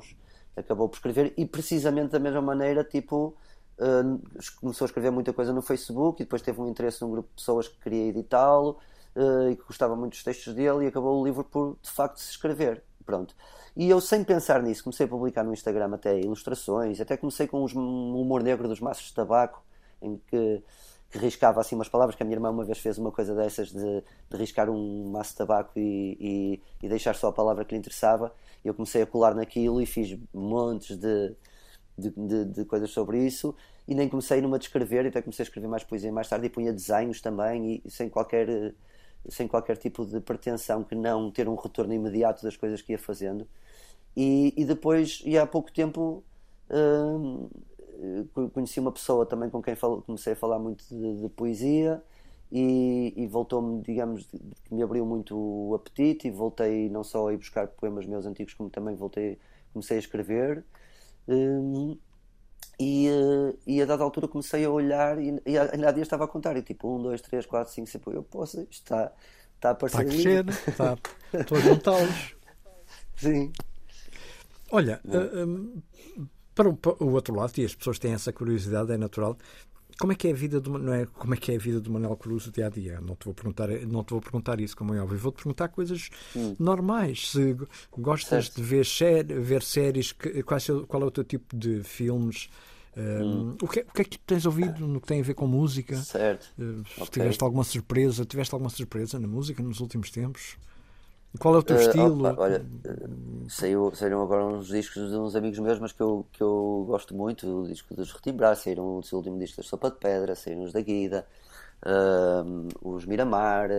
acabou por escrever, e precisamente da mesma maneira, tipo, uh, começou a escrever muita coisa no Facebook, e depois teve um interesse num grupo de pessoas que queria editá-lo, uh, e que gostava muito dos textos dele, e acabou o livro por, de facto, se escrever. Pronto. E eu, sem pensar nisso, comecei a publicar no Instagram até ilustrações, até comecei com os, um humor negro dos maços de tabaco, em que, que riscava assim umas palavras, que a minha irmã uma vez fez uma coisa dessas de, de riscar um maço de tabaco e, e, e deixar só a palavra que lhe interessava. E eu comecei a colar naquilo e fiz montes de, de, de, de coisas sobre isso, e nem comecei numa de escrever, até comecei a escrever mais poesia mais tarde, e punha desenhos também, e sem qualquer, sem qualquer tipo de pretensão que não ter um retorno imediato das coisas que ia fazendo. E, e depois, e há pouco tempo, hum, conheci uma pessoa também com quem falo, comecei a falar muito de, de poesia, e, e voltou-me, digamos, que me abriu muito o apetite, e voltei não só a ir buscar poemas meus antigos, como também voltei, comecei a escrever. Hum, e, e a dada altura comecei a olhar, e, e ainda há dias estava a contar, e tipo um, dois, três, quatro, cinco, seis, eu posso, isto está, está a aparecer.
Está a crescer, está, estou a juntá-los.
Sim.
Olha, uh, para, o, para o outro lado, e as pessoas têm essa curiosidade, é natural. Como é que é a vida do, não é, como é que é a vida do Manuel Cruz do dia a dia? Não te vou perguntar, não te vou perguntar isso, como é óbvio. Vou-te perguntar coisas hum. normais. Se gostas certo. de ver, série, ver séries, qual é, qual é o teu tipo de filmes? Um, hum. o, que, o que é que tu tens ouvido no que tem a ver com música?
Certo.
Uh,
okay.
Tiveste alguma surpresa? Tiveste alguma surpresa na música nos últimos tempos? Qual é o teu
uh,
estilo?
Opa, olha, uh, saiu, saíram agora uns discos de uns amigos meus, mas que eu, que eu gosto muito. O disco dos Retimbrar, saíram o seu último disco da Sopa de Pedra, saíram os da Guida, uh, os Miramar.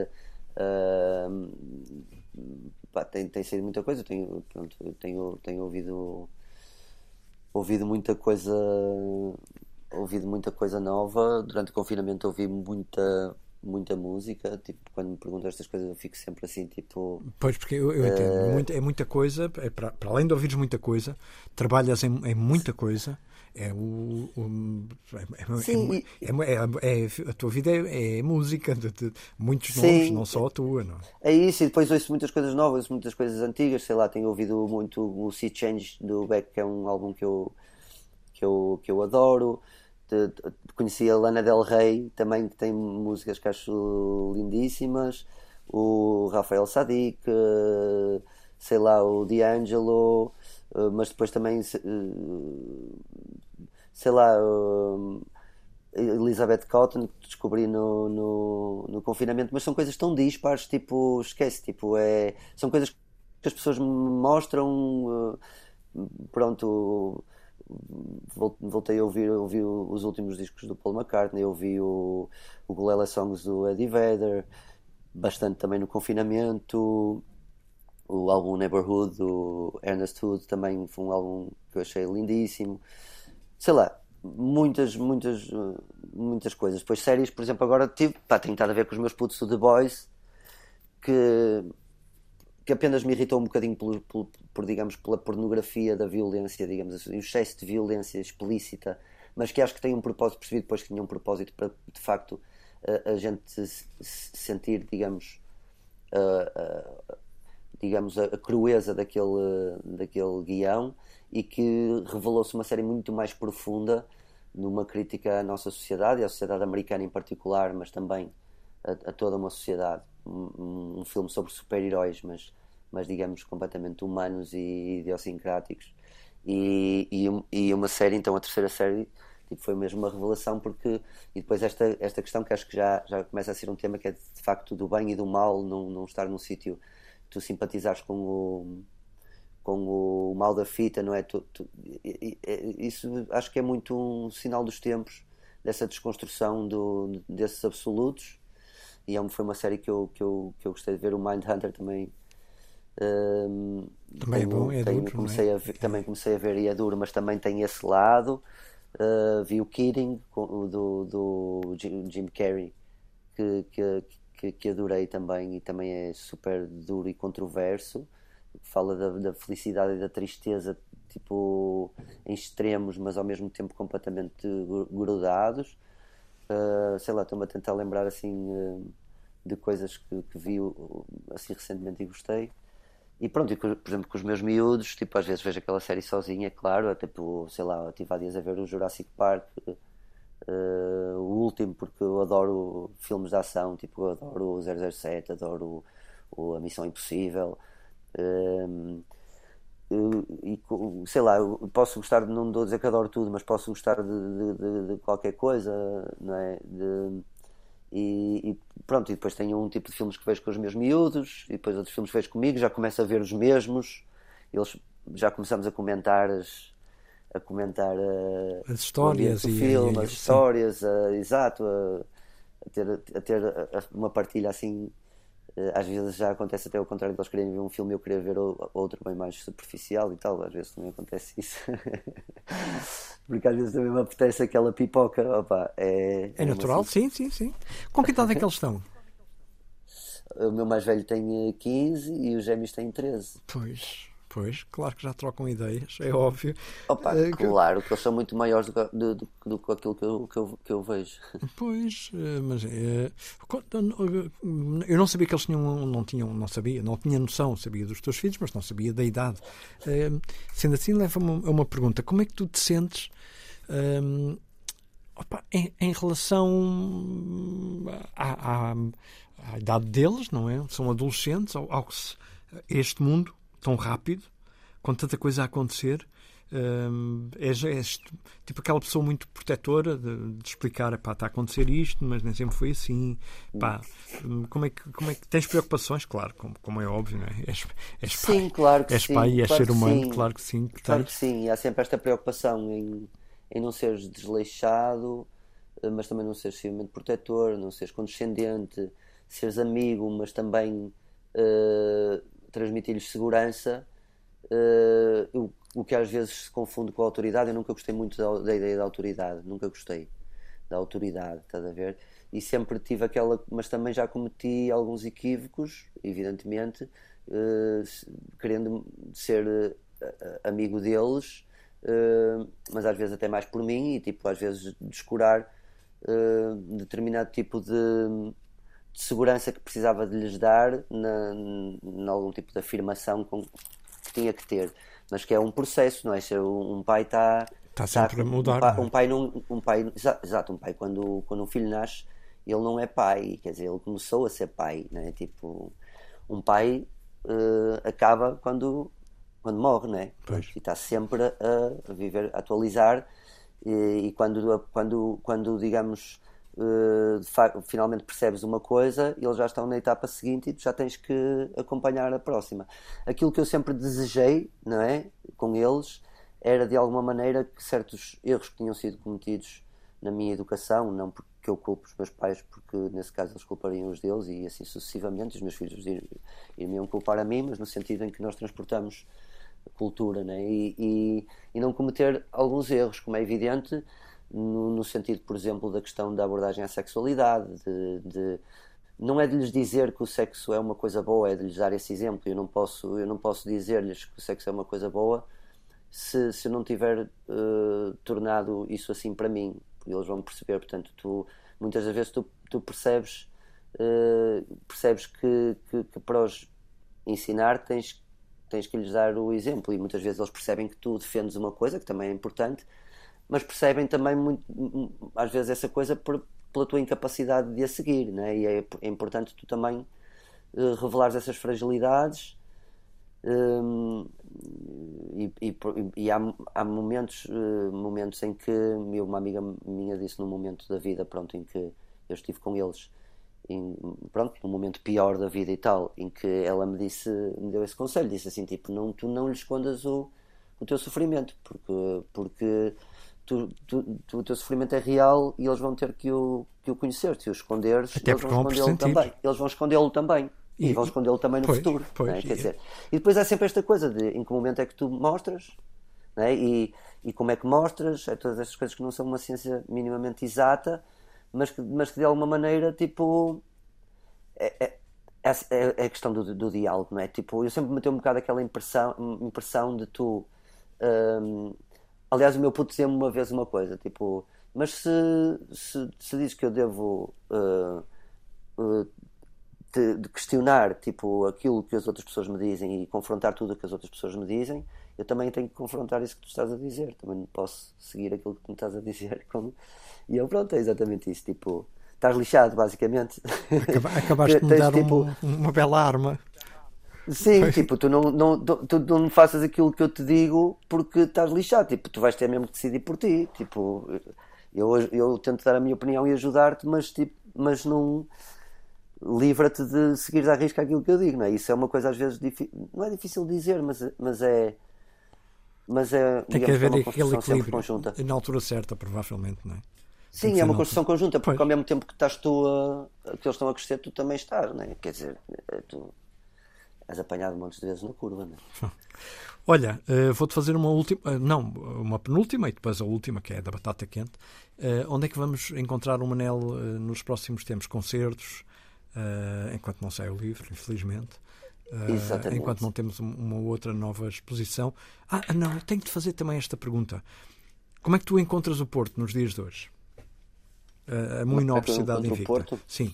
Uh, pá, tem, tem saído muita coisa. Eu tenho, pronto, eu tenho, tenho ouvido, ouvido muita coisa, ouvido muita coisa nova. Durante o confinamento ouvi muita. muita música, tipo, quando me perguntam estas coisas eu fico sempre assim, tipo...
Pois, porque eu, eu entendo, uh... muito, é muita coisa, é para, para além de ouvires muita coisa, trabalhas em, em muita coisa, é o... o é,
Sim,
é, é, é, é, a tua vida é, é música, de, de muitos nomes, não só a tua, não é?
É isso, e depois ouço muitas coisas novas, ouço muitas coisas antigas, sei lá, tenho ouvido muito o Sea Change do Beck, que é um álbum que eu, que eu, que eu adoro. Conheci a Lana Del Rey também, que tem músicas que acho lindíssimas, o Rafael Sadiq, sei lá, o D'Angelo, mas depois também sei lá, Elizabeth Cotton, que descobri no, no, no confinamento, mas são coisas tão dispares, tipo, esquece, tipo, é, são coisas que as pessoas me mostram, pronto. Voltei a ouvir, ouvi os últimos discos do Paul McCartney, ouvi o, o Gulela Songs do Eddie Vedder, bastante também no confinamento. O álbum Neighborhood do Ernest Hood também foi um álbum que eu achei lindíssimo. Sei lá, muitas, muitas, muitas coisas. Depois séries, por exemplo, agora tive, pá, tem estado a ver com os meus putos do The Boys, que que apenas me irritou um bocadinho por, por, por, digamos, pela pornografia da violência, digamos assim, o excesso de violência explícita, mas que acho que tem um propósito, percebi depois que tinha um propósito para, de facto, a, a gente se sentir, digamos, a, a, digamos, a, a crueza daquele, daquele guião, e que revelou-se uma série muito mais profunda numa crítica à nossa sociedade, e à sociedade americana em particular, mas também a, a toda uma sociedade. Um, um filme sobre super-heróis, mas, mas digamos completamente humanos e idiosincráticos, e, e, e uma série, então a terceira série, tipo, foi mesmo uma revelação, porque e depois esta, esta questão que acho que já, já começa a ser um tema, que é de facto do bem e do mal, não, não estar num sítio, tu simpatizares com o com o mal da fita, não é? Tu, tu, isso acho que é muito um sinal dos tempos, dessa desconstrução do, desses absolutos. E foi uma série que eu, que eu, que eu gostei de ver. O Mindhunter também um,
também
tenho,
é bom, é
tenho,
duro,
comecei
é?
a ver, também comecei a ver, e é duro, mas também tem esse lado. Uh, vi o Kidding do, do Jim Carrey, que, que, que, que adorei também, e também é super duro e controverso. Fala da, da felicidade e da tristeza, tipo, em extremos, mas ao mesmo tempo completamente grudados. Uh, sei lá, estou-me a tentar lembrar assim uh, de coisas que, que vi assim recentemente e gostei. e pronto, e, por exemplo, com os meus miúdos, tipo, às vezes vejo aquela série sozinha, claro, tipo, sei lá, eu estive há dias a ver o Jurassic Park, uh, o último, porque eu adoro filmes de ação, tipo, eu adoro o zero zero sete, adoro o, o, a Missão Impossível, um, e, sei lá, eu posso gostar, não estou a dizer que adoro tudo, mas posso gostar de, de, de, de qualquer coisa, não é? De, e, e pronto, e depois tenho um tipo de filmes que vejo com os meus miúdos, e depois outros filmes que vejo comigo, já começo a ver os mesmos, eles já começamos a comentar as, a comentar a,
As
o ambiente
histórias
do
e,
filme,
e-
as
sim.
histórias, a- exato, a, a ter, a ter a- a- uma partilha assim. eh, Às vezes já acontece até o contrário, de eles querem ver um filme e eu querer ver o- outro bem mais superficial e tal, às vezes também acontece isso. Porque às vezes também me apetece aquela pipoca, opa, é,
É
é uma
natural?
sensação.
Sim, sim, sim. Com que idade é que eles estão?
O meu mais velho tem eh, quinze e os gêmeos têm treze.
Pois, pois, claro que já trocam ideias, é óbvio.
Opa,
Eh, que-
claro que eles são muito maiores do que, do, do, do que aquilo que eu, que, eu, que eu vejo.
Pois, eh, mas eh, co- eu não sabia que eles tinham, não tinham, não sabia, não tinha noção, sabia dos teus filhos, mas não sabia da idade. Eh, Sendo assim, leva-me a uma pergunta: como é que tu te sentes ehm, opa, em, em relação à, à- à idade deles, não é? São adolescentes, ao, ao que se- a este mundo tão rápido, com tanta coisa a acontecer. Hum, és, és tipo aquela pessoa muito protetora de, de explicar, pá, está a acontecer isto, mas nem sempre foi assim. Pá, hum, como é que, como é que tens preocupações? Claro, como, como é óbvio, não é? És, és
Sim,
pai,
claro que
és
sim,
pai e és
claro
ser
que
humano,
sim,
claro que sim, que
claro que
tens.
sim. E há sempre esta preocupação em, em não seres desleixado, eh, mas também não seres extremamente protetor, não seres condescendente, seres amigo, mas também eh, transmitir-lhes segurança. Eh, o, o que às vezes se confunde com a autoridade, eu nunca gostei muito da, da ideia da autoridade, nunca gostei da autoridade, estás a ver? E sempre tive aquela, mas também já cometi alguns equívocos, evidentemente, eh, querendo ser eh, amigo deles, eh, mas às vezes até mais por mim e tipo, às vezes descurar eh, determinado tipo de, de segurança que precisava de lhes dar na, em algum tipo de afirmação com, que tinha que ter, mas que é um processo, não é? Ser um, um pai está
Está
tá,
sempre a
um,
mudar,
pai,
não
um
é?
pai não, um pai, exato, um pai quando, quando um filho nasce, ele não é pai, quer dizer, ele começou a ser pai, né? Tipo, um pai eh, acaba quando, quando morre, né?
Pois.
E está sempre a, a viver, a atualizar, e, e quando, quando, quando digamos, eh, de fa- finalmente percebes uma coisa, eles já estão na etapa seguinte e tu já tens que acompanhar a próxima. Aquilo que eu sempre desejei, não é? Com eles, era de alguma maneira que certos erros que tinham sido cometidos na minha educação, não porque eu culpo os meus pais, porque nesse caso eles culpariam os deles e assim sucessivamente, os meus filhos ir- iriam culpar a mim, mas no sentido em que nós transportamos a cultura, né? e, e, e não cometer alguns erros, como é evidente, no, no sentido, por exemplo, da questão da abordagem à sexualidade, de, de não é de lhes dizer que o sexo é uma coisa boa, é de lhes dar esse exemplo. Eu não posso, eu não posso dizer-lhes que o sexo é uma coisa boa se, se eu não tiver uh, tornado isso assim para mim, porque eles vão perceber. Portanto, tu, muitas das vezes tu, tu percebes, uh, percebes que, que, que para os ensinar tens, tens que lhes dar o exemplo, e muitas vezes eles percebem que tu defendes uma coisa, que também é importante, mas percebem também muito, às vezes essa coisa por, pela tua incapacidade de a seguir, né? E é, é importante tu também uh, revelares essas fragilidades. Um, e, e, e há, há momentos, uh, momentos em que eu, uma amiga minha disse num momento da vida, pronto, em que eu estive com eles, em, pronto, num momento pior da vida e tal, em que ela me disse, me deu esse conselho, disse assim, tipo, não, tu não lhe escondas o, o teu sofrimento, porque, porque tu, tu, tu, o teu sofrimento é real e eles vão ter que o, que o conhecer. Se o esconderes,
Até
eles vão
porque vão
escondê-lo
pressentir.
também, eles vão escondê-lo também. E,
E-
vão escondê-lo também no
pois,
futuro,
pois,
não é? Quer
e-
dizer, e depois há sempre esta coisa de em que momento é que tu mostras, não é? e, e como é que mostras, é todas estas coisas que não são uma ciência minimamente exata, mas que, mas que de alguma maneira, tipo, é, é, é, é a questão do, do diálogo, não é? Tipo, eu sempre me tenho um bocado aquela impressão, impressão de tu. hum, aliás, o meu puto dizia-me uma vez uma coisa, tipo, mas se, se, se diz que eu devo uh, uh, de, de questionar tipo, aquilo que as outras pessoas me dizem e confrontar tudo o que as outras pessoas me dizem, eu também tenho que confrontar isso que tu estás a dizer. Também não posso seguir aquilo que tu me estás a dizer. Como... E eu, pronto, é exatamente isso. Tipo, estás lixado, basicamente.
Acaba, acabaste de me dar
tipo,
um, uma bela arma.
Sim, tipo, tu não, não, tu, tu não faças aquilo que eu te digo porque estás lixado. Tipo, tu vais ter mesmo que decidir por ti. Tipo, eu, eu tento dar a minha opinião e ajudar-te, mas, tipo, mas não... livra-te de seguir à risca aquilo que eu digo, não é? Isso é uma coisa às vezes difícil, não é difícil de dizer, mas, mas é mas é,
tem que
digamos,
haver
é uma
aquele
construção sempre
equilíbrio
conjunta.
na altura certa, provavelmente, não é?
Sim, é uma construção conjunta, porque
pois.
ao mesmo tempo que estás tu a, que eles estão a crescer, tu também estás, não é? Quer dizer, tu és apanhado montes de vezes na curva, não é?
Olha, uh, vou-te fazer uma última, uh, não, uma penúltima e depois a última, que é a da batata quente. Uh, onde é que vamos encontrar o Manel uh, nos próximos tempos? Concertos, uh, enquanto não sai o livro, infelizmente. Uh, enquanto não temos uma outra nova exposição. Ah, não, eu tenho de fazer também esta pergunta. Como é que tu encontras o Porto nos dias de hoje? Uh, a muito nobre cidade invicta.
Porto?
Sim.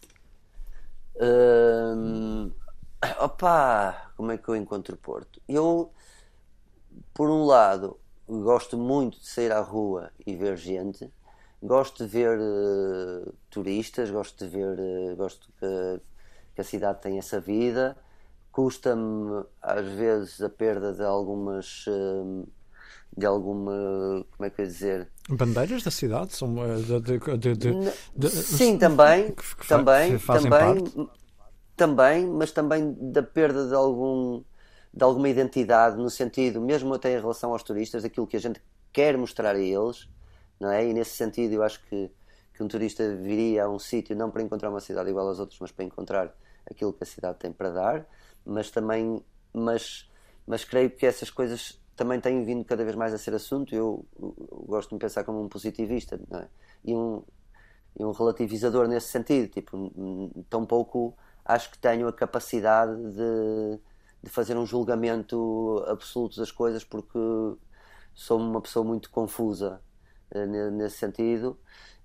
Hum, opa, como é que eu encontro o Porto? Eu, por um lado, gosto muito de sair à rua e ver gente. Gosto de ver uh, turistas, gosto de ver, uh, gosto que, que a cidade tem essa vida. Custa-me às vezes a perda de algumas uh, de alguma, como é que eu ia dizer,
bandeiras da cidade são de, de, de, de, de,
sim, também,
que, que
também,
fazem
também,
parte.
também, mas também da perda de algum de alguma identidade, no sentido, mesmo até em relação aos turistas, daquilo que a gente quer mostrar a eles, não é? E nesse sentido eu acho que, que um turista viria a um sítio não para encontrar uma cidade igual às outras, mas para encontrar aquilo que a cidade tem para dar, mas também, mas, mas creio que essas coisas também têm vindo cada vez mais a ser assunto. Eu, eu, eu gosto de me pensar como um positivista, não é? E um, e um relativizador nesse sentido, tipo, tão pouco acho que tenho a capacidade de, de fazer um julgamento absoluto das coisas, porque sou uma pessoa muito confusa nesse sentido.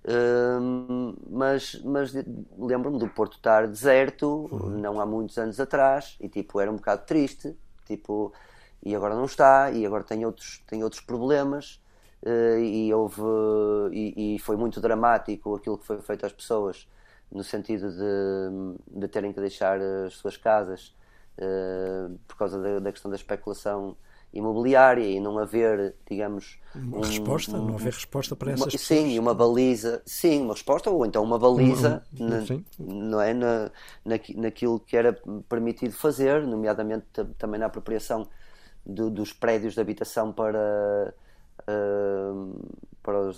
Um, mas, mas lembro-me do Porto estar deserto, uhum. não há muitos anos atrás, e tipo, era um bocado triste, tipo, e agora não está, e agora tem outros, tem outros problemas, uh, e houve e, e foi muito dramático aquilo que foi feito às pessoas, no sentido de, de terem que deixar as suas casas uh, por causa da, da questão da especulação imobiliária e não haver, digamos,
uma
um,
resposta,
um,
não haver resposta para
uma,
essas
sim,
pessoas.
uma baliza, sim, uma resposta, ou então uma baliza
uma,
na, não é, na, na, naquilo que era permitido fazer, nomeadamente também na apropriação do, dos prédios de habitação para uh, para os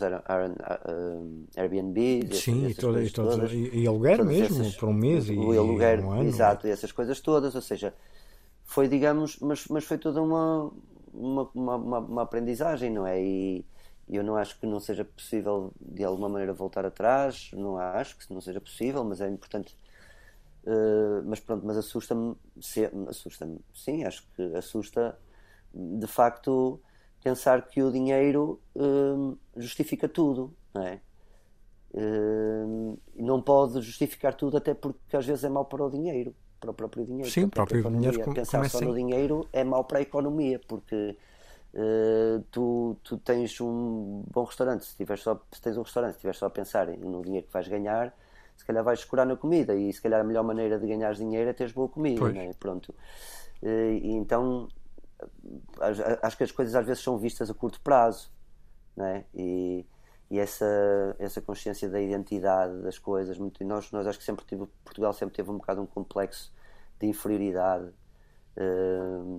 Airbnb,
sim,
essas,
e, todo,
essas
e, todos,
todas,
e, e aluguer mesmo,
essas,
por um mês e,
o aluguer,
e um ano.
Exato, e essas coisas todas, ou seja, foi, digamos, mas, mas foi toda uma uma, uma, uma, uma aprendizagem, não é? E eu não acho que não seja possível de alguma maneira voltar atrás, não acho que não seja possível, mas é importante. Uh, mas pronto, mas assusta-me, se, assusta-me, sim, acho que assusta de facto pensar que o dinheiro uh, justifica tudo, não é? Uh, não pode justificar tudo, até porque às vezes é mau para o dinheiro, para o próprio dinheiro.
Sim, o próprio dinheiro. Com,
Pensar só
assim?
no dinheiro é mau para a economia, porque uh, tu, tu tens um bom restaurante, se, tiveres só, se tens um restaurante, se estiveres só a pensar no dinheiro que vais ganhar, se calhar vais escurar na comida, e se calhar a melhor maneira de ganhar dinheiro é teres boa comida, não é? Pronto. Uh, e então acho que as coisas às vezes são vistas a curto prazo, não é? E, e essa, essa consciência da identidade das coisas, muito, nós, nós acho que sempre tive, Portugal sempre teve um bocado um complexo de inferioridade, uh,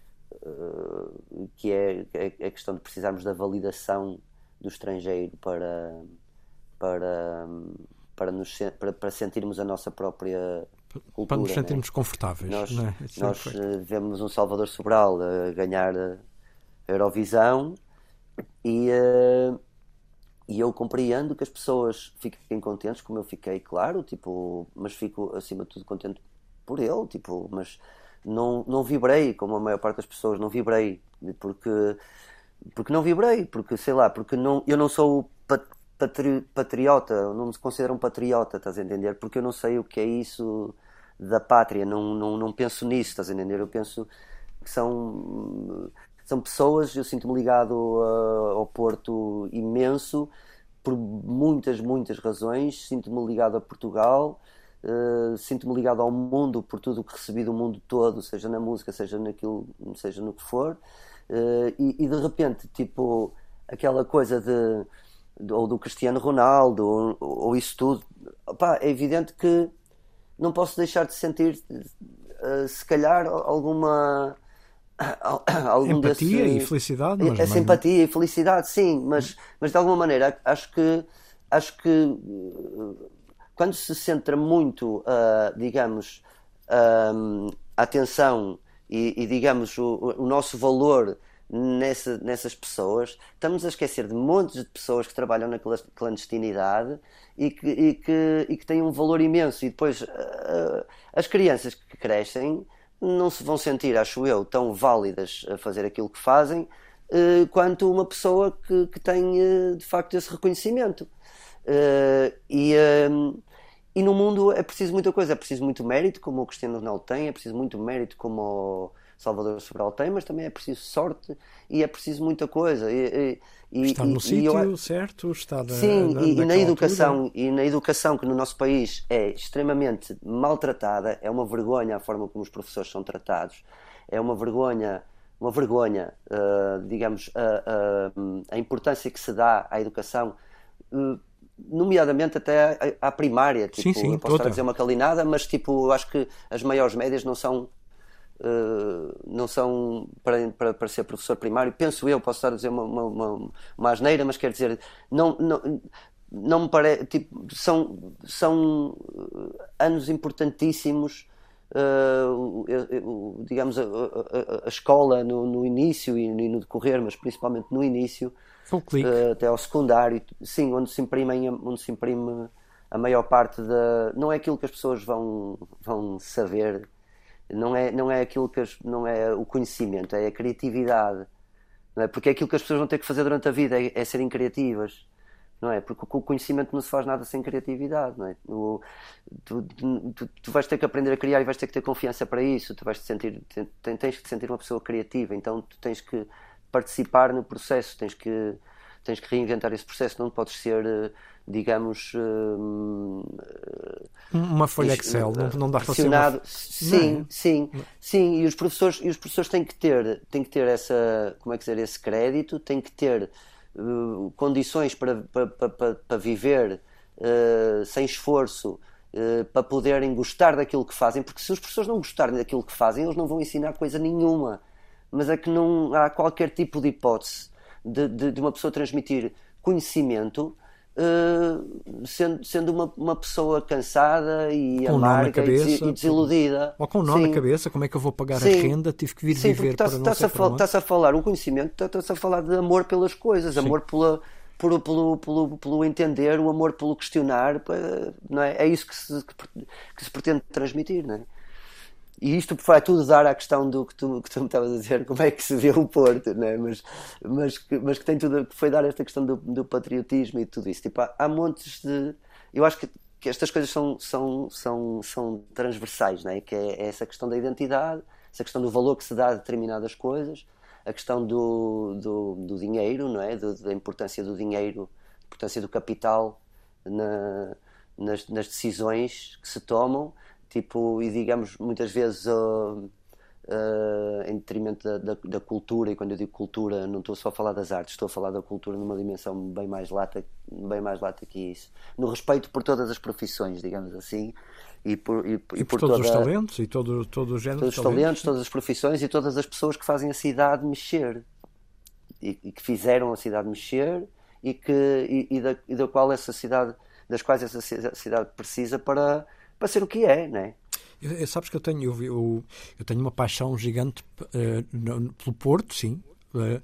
uh, que é, é a questão de precisarmos da validação do estrangeiro para para, para, nos, para, para sentirmos a nossa própria cultura,
para nos sentirmos
né?
confortáveis.
Nós,
não é?
nós uh, vemos um Salvador Sobral a ganhar a Eurovisão e uh, E eu compreendo que as pessoas fiquem contentes, como eu fiquei, claro, tipo, mas fico acima de tudo contente por ele, tipo, mas não, não vibrei, como a maior parte das pessoas, não vibrei, porque, porque não vibrei, porque sei lá, porque não, eu não sou patri, patriota, eu não me considero um patriota, estás a entender? Porque eu não sei o que é isso da pátria, não, não, não penso nisso, estás a entender? Eu penso que são, são pessoas, eu sinto-me ligado a, ao Porto imenso, por muitas, muitas razões, sinto-me ligado a Portugal, uh, sinto-me ligado ao mundo por tudo o que recebi do mundo todo, seja na música, seja naquilo, seja no que for, uh, e, e de repente, tipo, aquela coisa de, de ou do Cristiano Ronaldo, ou, ou isso tudo, opá, é evidente que não posso deixar de sentir, uh, se calhar, alguma... algum
empatia
desse,
e felicidade, mas
essa
mas...
empatia e felicidade, sim, mas, mas de alguma maneira acho que acho que quando se centra muito, uh, digamos, uh, a atenção e, e digamos o, o nosso valor nessa, nessas pessoas, estamos a esquecer de montes de pessoas que trabalham na clandestinidade e que, e que, e que têm um valor imenso, e depois uh, as crianças que crescem não se vão sentir, acho eu, tão válidas a fazer aquilo que fazem eh, quanto uma pessoa que, que tem eh, de facto esse reconhecimento. Eh, e, eh, e no mundo é preciso muita coisa, é preciso muito mérito, como o Cristiano Ronaldo tem, é preciso muito mérito, como o Salvador Sobral tem, mas também é preciso sorte e é preciso muita coisa. E, e,
Estar no
e,
sítio
eu,
certo, estar
sim,
na,
e, e na educação
altura.
e na educação que no nosso país é extremamente maltratada, é uma vergonha a forma como os professores são tratados, é uma vergonha, uma vergonha, uh, digamos, a, a, a importância que se dá à educação, uh, nomeadamente até à, à primária. Tipo,
Sim, sim,
eu posso
toda.
estar a dizer uma calinada, mas tipo, eu acho que as maiores médias não são Uh, não são para, para, para ser professor primário, penso eu, posso estar a dizer uma, uma, uma, uma asneira, mas quer dizer, não, não, não me parece, tipo, são, são anos importantíssimos, uh, uh, uh, digamos, a, a, a escola no, no início e no decorrer, mas principalmente no início, uh, até ao secundário, sim, onde se imprimem, onde se imprime a maior parte da, não é aquilo que as pessoas vão, vão saber. Não é, não é aquilo que as, não é o conhecimento, é a criatividade, não é? Porque é aquilo que as pessoas vão ter que fazer durante a vida, é, é serem criativas, não é? Porque o conhecimento não se faz nada sem criatividade, não é? O, tu, tu, tu vais ter que aprender a criar e vais ter que ter confiança para isso, tu vais te sentir, tens que te sentir uma pessoa criativa, então tu tens que participar no processo, tens que, tens que reinventar esse processo, não podes ser, digamos,
uma folha Excel, não, não dá para ser uma...
sim,
não.
sim, sim, e os professores, e os professores têm que ter, têm que ter essa, como é que dizer, esse crédito, têm que ter uh, condições para, para, para, para viver uh, sem esforço, uh, para poderem gostar daquilo que fazem, porque se os professores não gostarem daquilo que fazem, eles não vão ensinar coisa nenhuma, mas é que não há qualquer tipo de hipótese de, de, de uma pessoa transmitir conhecimento Uh, sendo, sendo uma, uma pessoa cansada e
com
amarga
cabeça,
e, des, e desiludida.
Ou com um nó
sim.
na cabeça, como é que eu vou pagar
sim.
a renda? Tive que vir
sim,
viver
tá,
para não
tá
sei para onde.
Está-se a falar um conhecimento, está-se a falar de amor pelas coisas, sim. amor pela, pelo, pelo, pelo, pelo entender, o amor pelo questionar, não é? É isso que se, que, que se pretende transmitir, não é? E isto vai tudo dar à questão do que tu, que tu me estavas a dizer, como é que se vê o Porto, né? mas, mas, que, mas que tem tudo, que foi dar esta questão do, do patriotismo e tudo isso. Tipo, há, há montes de... Eu acho que, que estas coisas são, são, são, são transversais, né? Que é, é essa questão da identidade, essa questão do valor que se dá a determinadas coisas, a questão do, do, do dinheiro, não é? Do, da importância do dinheiro, a importância do capital na, nas, nas decisões que se tomam. Tipo, e digamos, muitas vezes uh, uh, em detrimento da, da, da cultura, e quando eu digo cultura não estou só a falar das artes, estou a falar da cultura numa dimensão bem mais lata, bem mais lata que isso, no respeito por todas as profissões, digamos assim, e por, e,
e por,
e por
todos
toda,
os talentos e todo, todo o género
todos
de
os
talentos,
talentos, todas as profissões e todas as pessoas que fazem a cidade mexer e, e que fizeram a cidade mexer e, que, e, e, da, e da qual essa cidade, das quais essa cidade precisa para para ser o que é, não é?
Eu, eu, sabes que eu tenho, eu, eu, eu tenho uma paixão gigante uh, no, pelo Porto, sim, uh,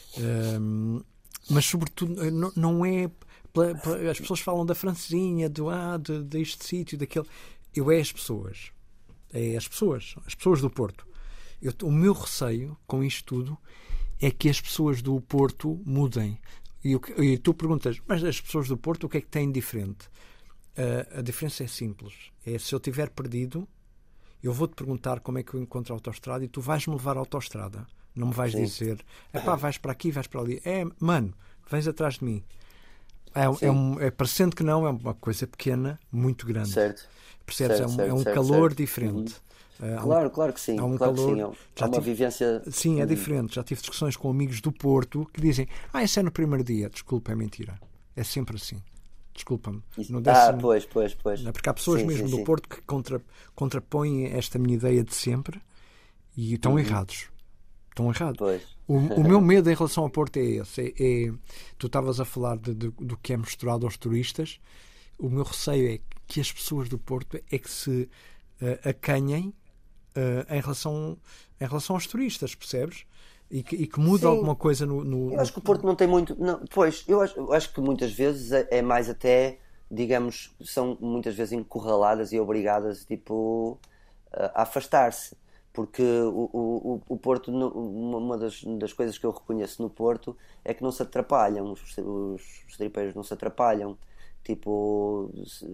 uh, mas sobretudo não, não é pela, pela, as pessoas falam da francesinha, do ah, de, deste sítio, daquele. Eu é as pessoas, é as pessoas, as pessoas do Porto. Eu, o meu receio com isto tudo é que as pessoas do Porto mudem. E, e tu perguntas, mas as pessoas do Porto o que é que têm diferente? Uh, a diferença é simples. É se eu tiver perdido, Eu vou-te perguntar como é que eu encontro a autoestrada e tu vais-me levar à autoestrada. Não me vais
Sim.
dizer, epá, vais para aqui, vais para ali. É, mano, vens atrás de mim. É, é, um, é parecendo que não, é uma coisa pequena, muito grande.
Certo.
Percebes?
Certo,
é um,
certo,
é um
certo,
calor
certo.
diferente.
Uhum.
Uh,
Claro,
um,
claro que sim.
há um
claro
calor.
que sim. É
Já
uma
tive,
vivência.
Sim, é
Uhum.
diferente. Já tive discussões com amigos do Porto que dizem, ah, isso é no primeiro dia. Desculpa, é mentira. É sempre assim. Desculpa-me. No décimo...
Ah, pois, pois, pois.
Porque há pessoas
sim,
mesmo
sim,
do
sim.
Porto que contra, contrapõem esta minha ideia de sempre e estão
Uhum.
errados. Estão errados.
Pois.
O, o meu medo em relação ao Porto é esse. É, é, tu estavas a falar de, de, do que é misturado aos turistas. O meu receio é que as pessoas do Porto é que se uh, acanhem uh, em, relação, em relação aos turistas, percebes? E que, e que muda
Sim.
alguma coisa no, no...
Eu acho que o Porto não tem muito. Não, pois, eu acho, eu acho que muitas vezes é, é mais até, digamos, são muitas vezes encurraladas e obrigadas tipo, a afastar-se. Porque o, o, o Porto, uma das, das coisas que eu reconheço no Porto é que não se atrapalham, os, os stripeiros não se atrapalham. Tipo,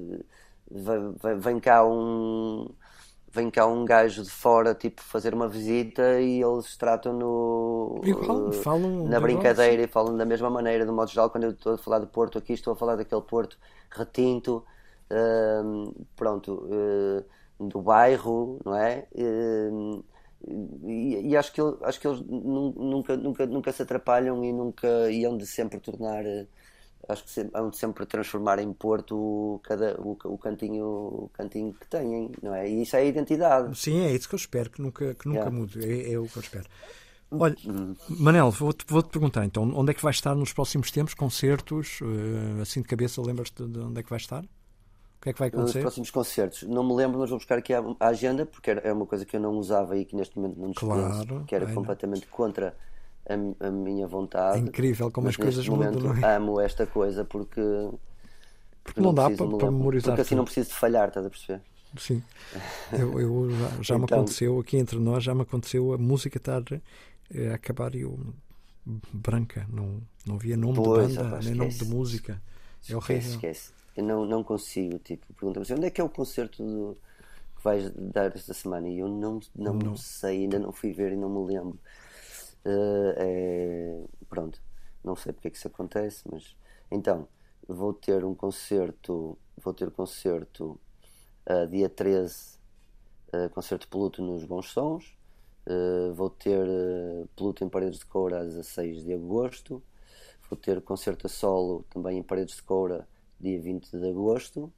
vem, vem cá um. Vem cá um gajo de fora, tipo, fazer uma visita e eles tratam no
Igual, falam
na
igual,
brincadeira
sim.
E falam da mesma maneira, do modo geral. Quando eu estou a falar do Porto aqui, estou a falar daquele Porto retinto, hum, pronto, hum, do bairro, não é? Hum, e, e acho que, acho que eles nunca, nunca, nunca se atrapalham e nunca iam de sempre tornar... Acho que sempre, hão de sempre transformar em Porto cada, o, o, cantinho, o cantinho que têm, não é? E isso é a identidade.
Sim, é isso que eu espero, que nunca, que nunca
Yeah.
mude. É, é o que eu espero. Olha, Manel, vou-te, vou-te perguntar então, onde é que vais estar nos próximos tempos? Concertos? Uh, assim de cabeça, lembras-te de onde é que vais estar? O que é que vai
Os
acontecer?
próximos concertos, não me lembro, mas vou buscar aqui a, a agenda, porque era, é uma coisa que eu não usava e que neste momento não dispenso,
Claro,
que era
ainda.
completamente contra a, a minha vontade.
É incrível como
Mas
as coisas
neste momento
mudam, não é?
amo esta coisa porque, porque
Não dá
preciso
para-
me
para
lembrar.
memorizar
Porque assim
tudo.
não preciso de falhar, estás a perceber?
Sim. Eu, eu já, já me
Então-
aconteceu, aqui entre nós, já me aconteceu a música estar eh, a acabar e eu branca, não, não via nome
Pois,
de banda,
rapaz,
nem nome de
esquece.
música. É
Esquece,
horrível.
esquece. Eu não, não consigo, tipo, pergunta-me assim, onde é que é o concerto do- que vais dar esta semana? E eu não, não,
Não.
sei, ainda não fui ver e não me lembro. Eh, é, pronto, não sei porque é que isso acontece, mas então vou ter um concerto, vou ter concerto uh, dia treze, uh, concerto Pluto nos Bons Sons. Uh, vou ter uh, Pluto em Paredes de Coura a dezasseis de agosto. Vou ter concerto a solo também em Paredes de Coura dia vinte de agosto.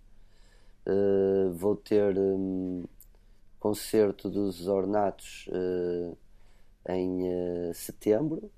Uh, vou ter um, concerto dos Ornatos uh, em uh, setembro.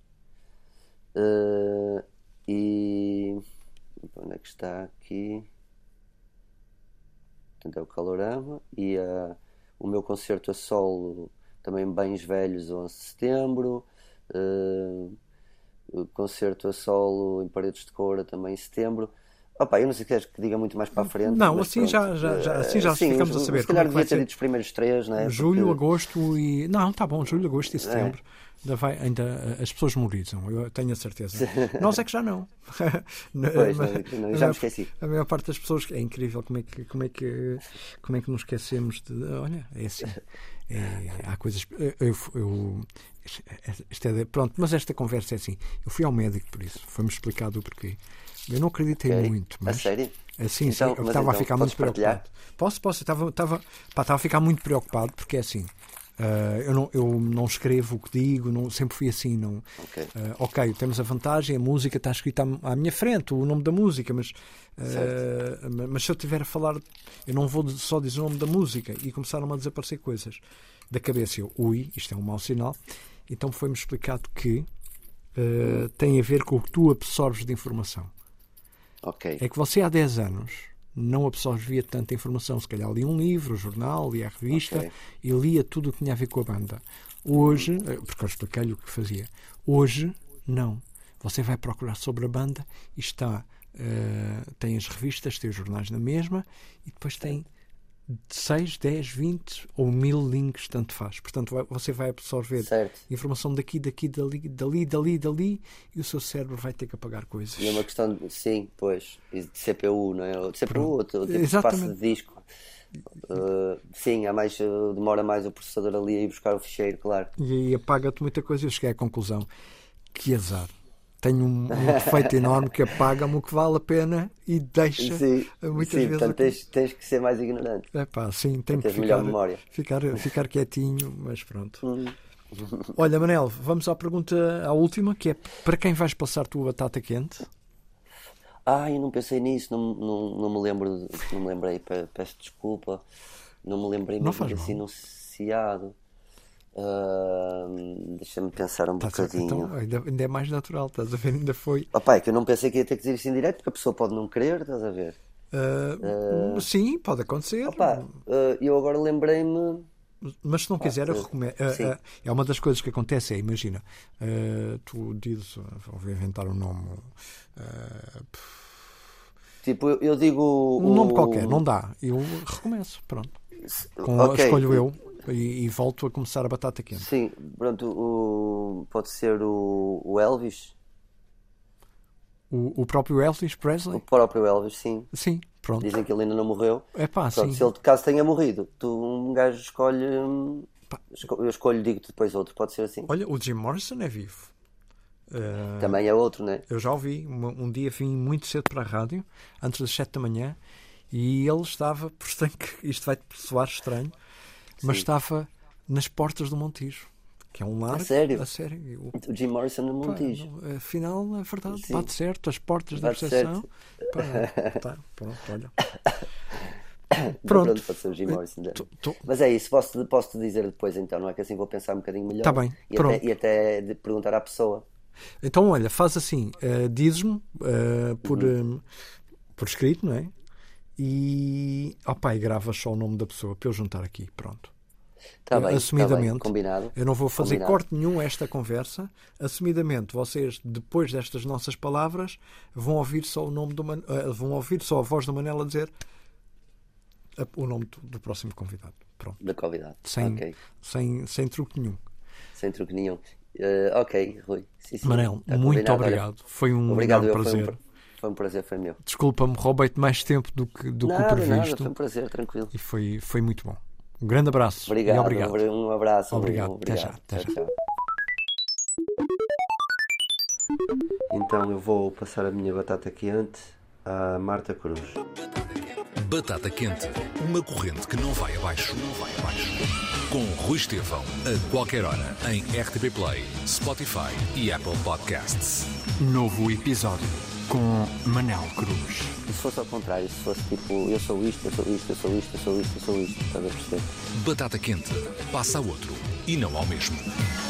Uh, e onde é que está aqui? Portanto, é o Calorama. E uh, o meu concerto a solo também Bens Velhos onze de setembro. Uh, o concerto a solo em Paredes de Coura também em setembro. Opa, eu não sei se queres que diga muito mais para a frente.
Não,
mas
assim
pronto.
já, já, já, assim já
Uh, sim,
ficamos
os-
a saber
se calhar
como é que vai
devia ter
ser.
dito os primeiros três, não é?
Julho,
Porque-
agosto e... Não, tá bom, julho, agosto e setembro. Ainda vai, ainda, as pessoas memorizam, eu tenho a certeza. Nós é que já não.
Pois,
Mas-
não, não,
a
já
maior-
me esqueci.
A maior parte das pessoas... É incrível como é que, como é que, como é que nos esquecemos de... Olha, é assim. É, há coisas... Eu, eu, eu- isto é de- pronto, mas esta conversa é assim. Eu fui ao médico por isso. Foi-me explicado o porquê. Eu não acreditei
Sério?
muito,
A
mas...
sério?
Assim,
Então,
sim, eu
mas
estava a
então,
ficar
podes
muito
partilhar?
preocupado. Posso, posso. Eu estava, estava, pá, estava a ficar muito preocupado porque é assim. ah, eu, não, eu não escrevo o que digo, não, sempre fui assim. Não,
Ok.
ah, ok, temos a vantagem, a música está escrita à, à minha frente, o nome da música, mas, ah, mas se eu estiver a falar, eu não vou só dizer o nome da música e começaram a desaparecer coisas da cabeça. Eu, ui, isto é um mau sinal. Então foi-me explicado que ah, tem a ver com o que tu absorves de informação.
Ok.
É que você há dez anos não absorvia tanta informação. Se calhar lia um livro, um jornal, lia a revista
Ok.
e lia tudo o que tinha a ver com a banda. Hoje, porque eu expliquei-lhe o que fazia, hoje não. Você vai procurar sobre a banda e está, uh, tem as revistas, tem os jornais na mesma e depois tem seis, dez, vinte ou mil links, tanto faz. Portanto, vai- você vai absorver
Certo.
informação daqui, daqui, dali, dali, dali, dali e o seu cérebro vai ter que apagar coisas.
E é uma questão de, sim, pois, e de C P U, não é? Ou de C P U ou de, ou de espaço
Exatamente.
de disco. Uh, sim, há mais, uh, demora mais o processador ali a ir buscar o ficheiro, claro.
E aí apaga-te muita coisa. Eu cheguei à conclusão: que azar. Tenho um, um defeito enorme que apaga-me o que vale a pena e deixa
Sim,
muitas
sim
vezes.
portanto tens, tens que ser mais ignorante.
É pá, sim, tenho que
Tens melhor
ficar,
memória.
ficar, ficar quietinho, mas pronto.
Hum.
Olha, Manel, vamos à pergunta, à última, que é: para quem vais passar tua batata quente?
Ah, eu não pensei nisso, não, não, não me lembro, de- não me lembrei, pe- peço desculpa, não me lembrei
Não
mesmo
faz
de
mal.
assim enunciado. Ah, deixa-me pensar um
Estás a-
bocadinho.
então, ainda, ainda é mais natural, estás a ver? Ainda foi.
Opa, é que eu não pensei que ia ter que dizer isso em direto, porque a pessoa pode não querer, estás a ver?
ah, sim, pode acontecer.
Opa, ah, eu agora lembrei-me.
Mas se não quiser, eu
eu-
recomendo. Ah,
sim.
ah, é uma das coisas que acontece, é, imagina, ah, tu dizes, ah, vou inventar um nome, ah,
Tipo, eu, eu digo.
um nome
o-
qualquer, não dá, eu recomeço, pronto. Com,
Ok.
Escolho eu e, e volto a começar a batata quente.
Sim, pronto, o, pode ser o, o Elvis,
O, o próprio Elvis
o
Presley?
próprio Elvis, sim.
Sim, pronto.
Dizem que ele ainda não morreu.
É pá,
Pronto,
sim.
se ele caso tenha morrido, tu, um gajo escolhe. hum, esco- Eu escolho, digo-te depois outro, pode ser assim.
Olha, o Jim Morrison é vivo. Ah,
Também é outro, né?
eu já ouvi, uma- um dia vim muito cedo para a rádio, antes das sete da manhã, e ele estava, por isso que isto vai soar estranho, mas
Sim.
estava nas portas do Montijo, que é um largo.
sério?
A sério. Eu-
O Jim Morrison no
pá,
Montijo.
não, afinal, é verdade,
Sim.
bate certo, as portas da
Bate
percepção. Pá, tá, pronto, olha.
Pronto,
Pronto.
pode ser o Jim Morrison. né?
Tô- tô-
Mas é isso, posso, posso te dizer depois então, não é que assim vou pensar um bocadinho melhor.
Tá bem,
e
pronto.
até, e até de perguntar à pessoa.
Então, olha, faz assim, eh, dizes-me eh, por,
Uhum.
eh, por escrito, não é? E, opa, e gravas só o nome da pessoa para eu juntar aqui, pronto.
Está
Eh,
bem, tá
assumidamente,
bem, combinado.
Eu não vou fazer
Combinado.
corte nenhum a esta conversa. Assumidamente, vocês, depois destas nossas palavras, vão ouvir só o nome do Man- eh, vão ouvir só a voz do Manel a dizer a- o nome do, do próximo convidado. Pronto.
Da convidado.
Sem,
Ok,
sem, sem truque nenhum.
sem truque nenhum. Eh, ok, Rui. Sim, sim,
Manel,
tá
muito
combinado. Olha,
obrigado. Foi um
obrigado,
enorme
eu, foi, um,
prazer.
pra- foi um prazer, foi meu.
Desculpa-me, roubei-te mais tempo do que, do que o
Nada, nada,
previsto.
foi um prazer, tranquilo.
E foi, foi muito bom. Um grande abraço.
Obrigado,
E obrigado.
um abraço.
Obrigado,
obrigado.
até já, até
Tchau,
já.
tchau. Então eu vou passar a minha batata quente à Marta Cruz.
Batata Quente, uma corrente que não vai abaixo, não vai abaixo. Com Rui Estevão, a qualquer hora, em R T P Play, Spotify e Apple Podcasts.
Novo episódio com Manel Cruz.
E se fosse ao contrário, se fosse tipo, eu sou isto, eu sou isto, eu sou isto, eu sou isto, eu sou isto, estás a perceber?
Batata Quente, passa a outro e não ao mesmo.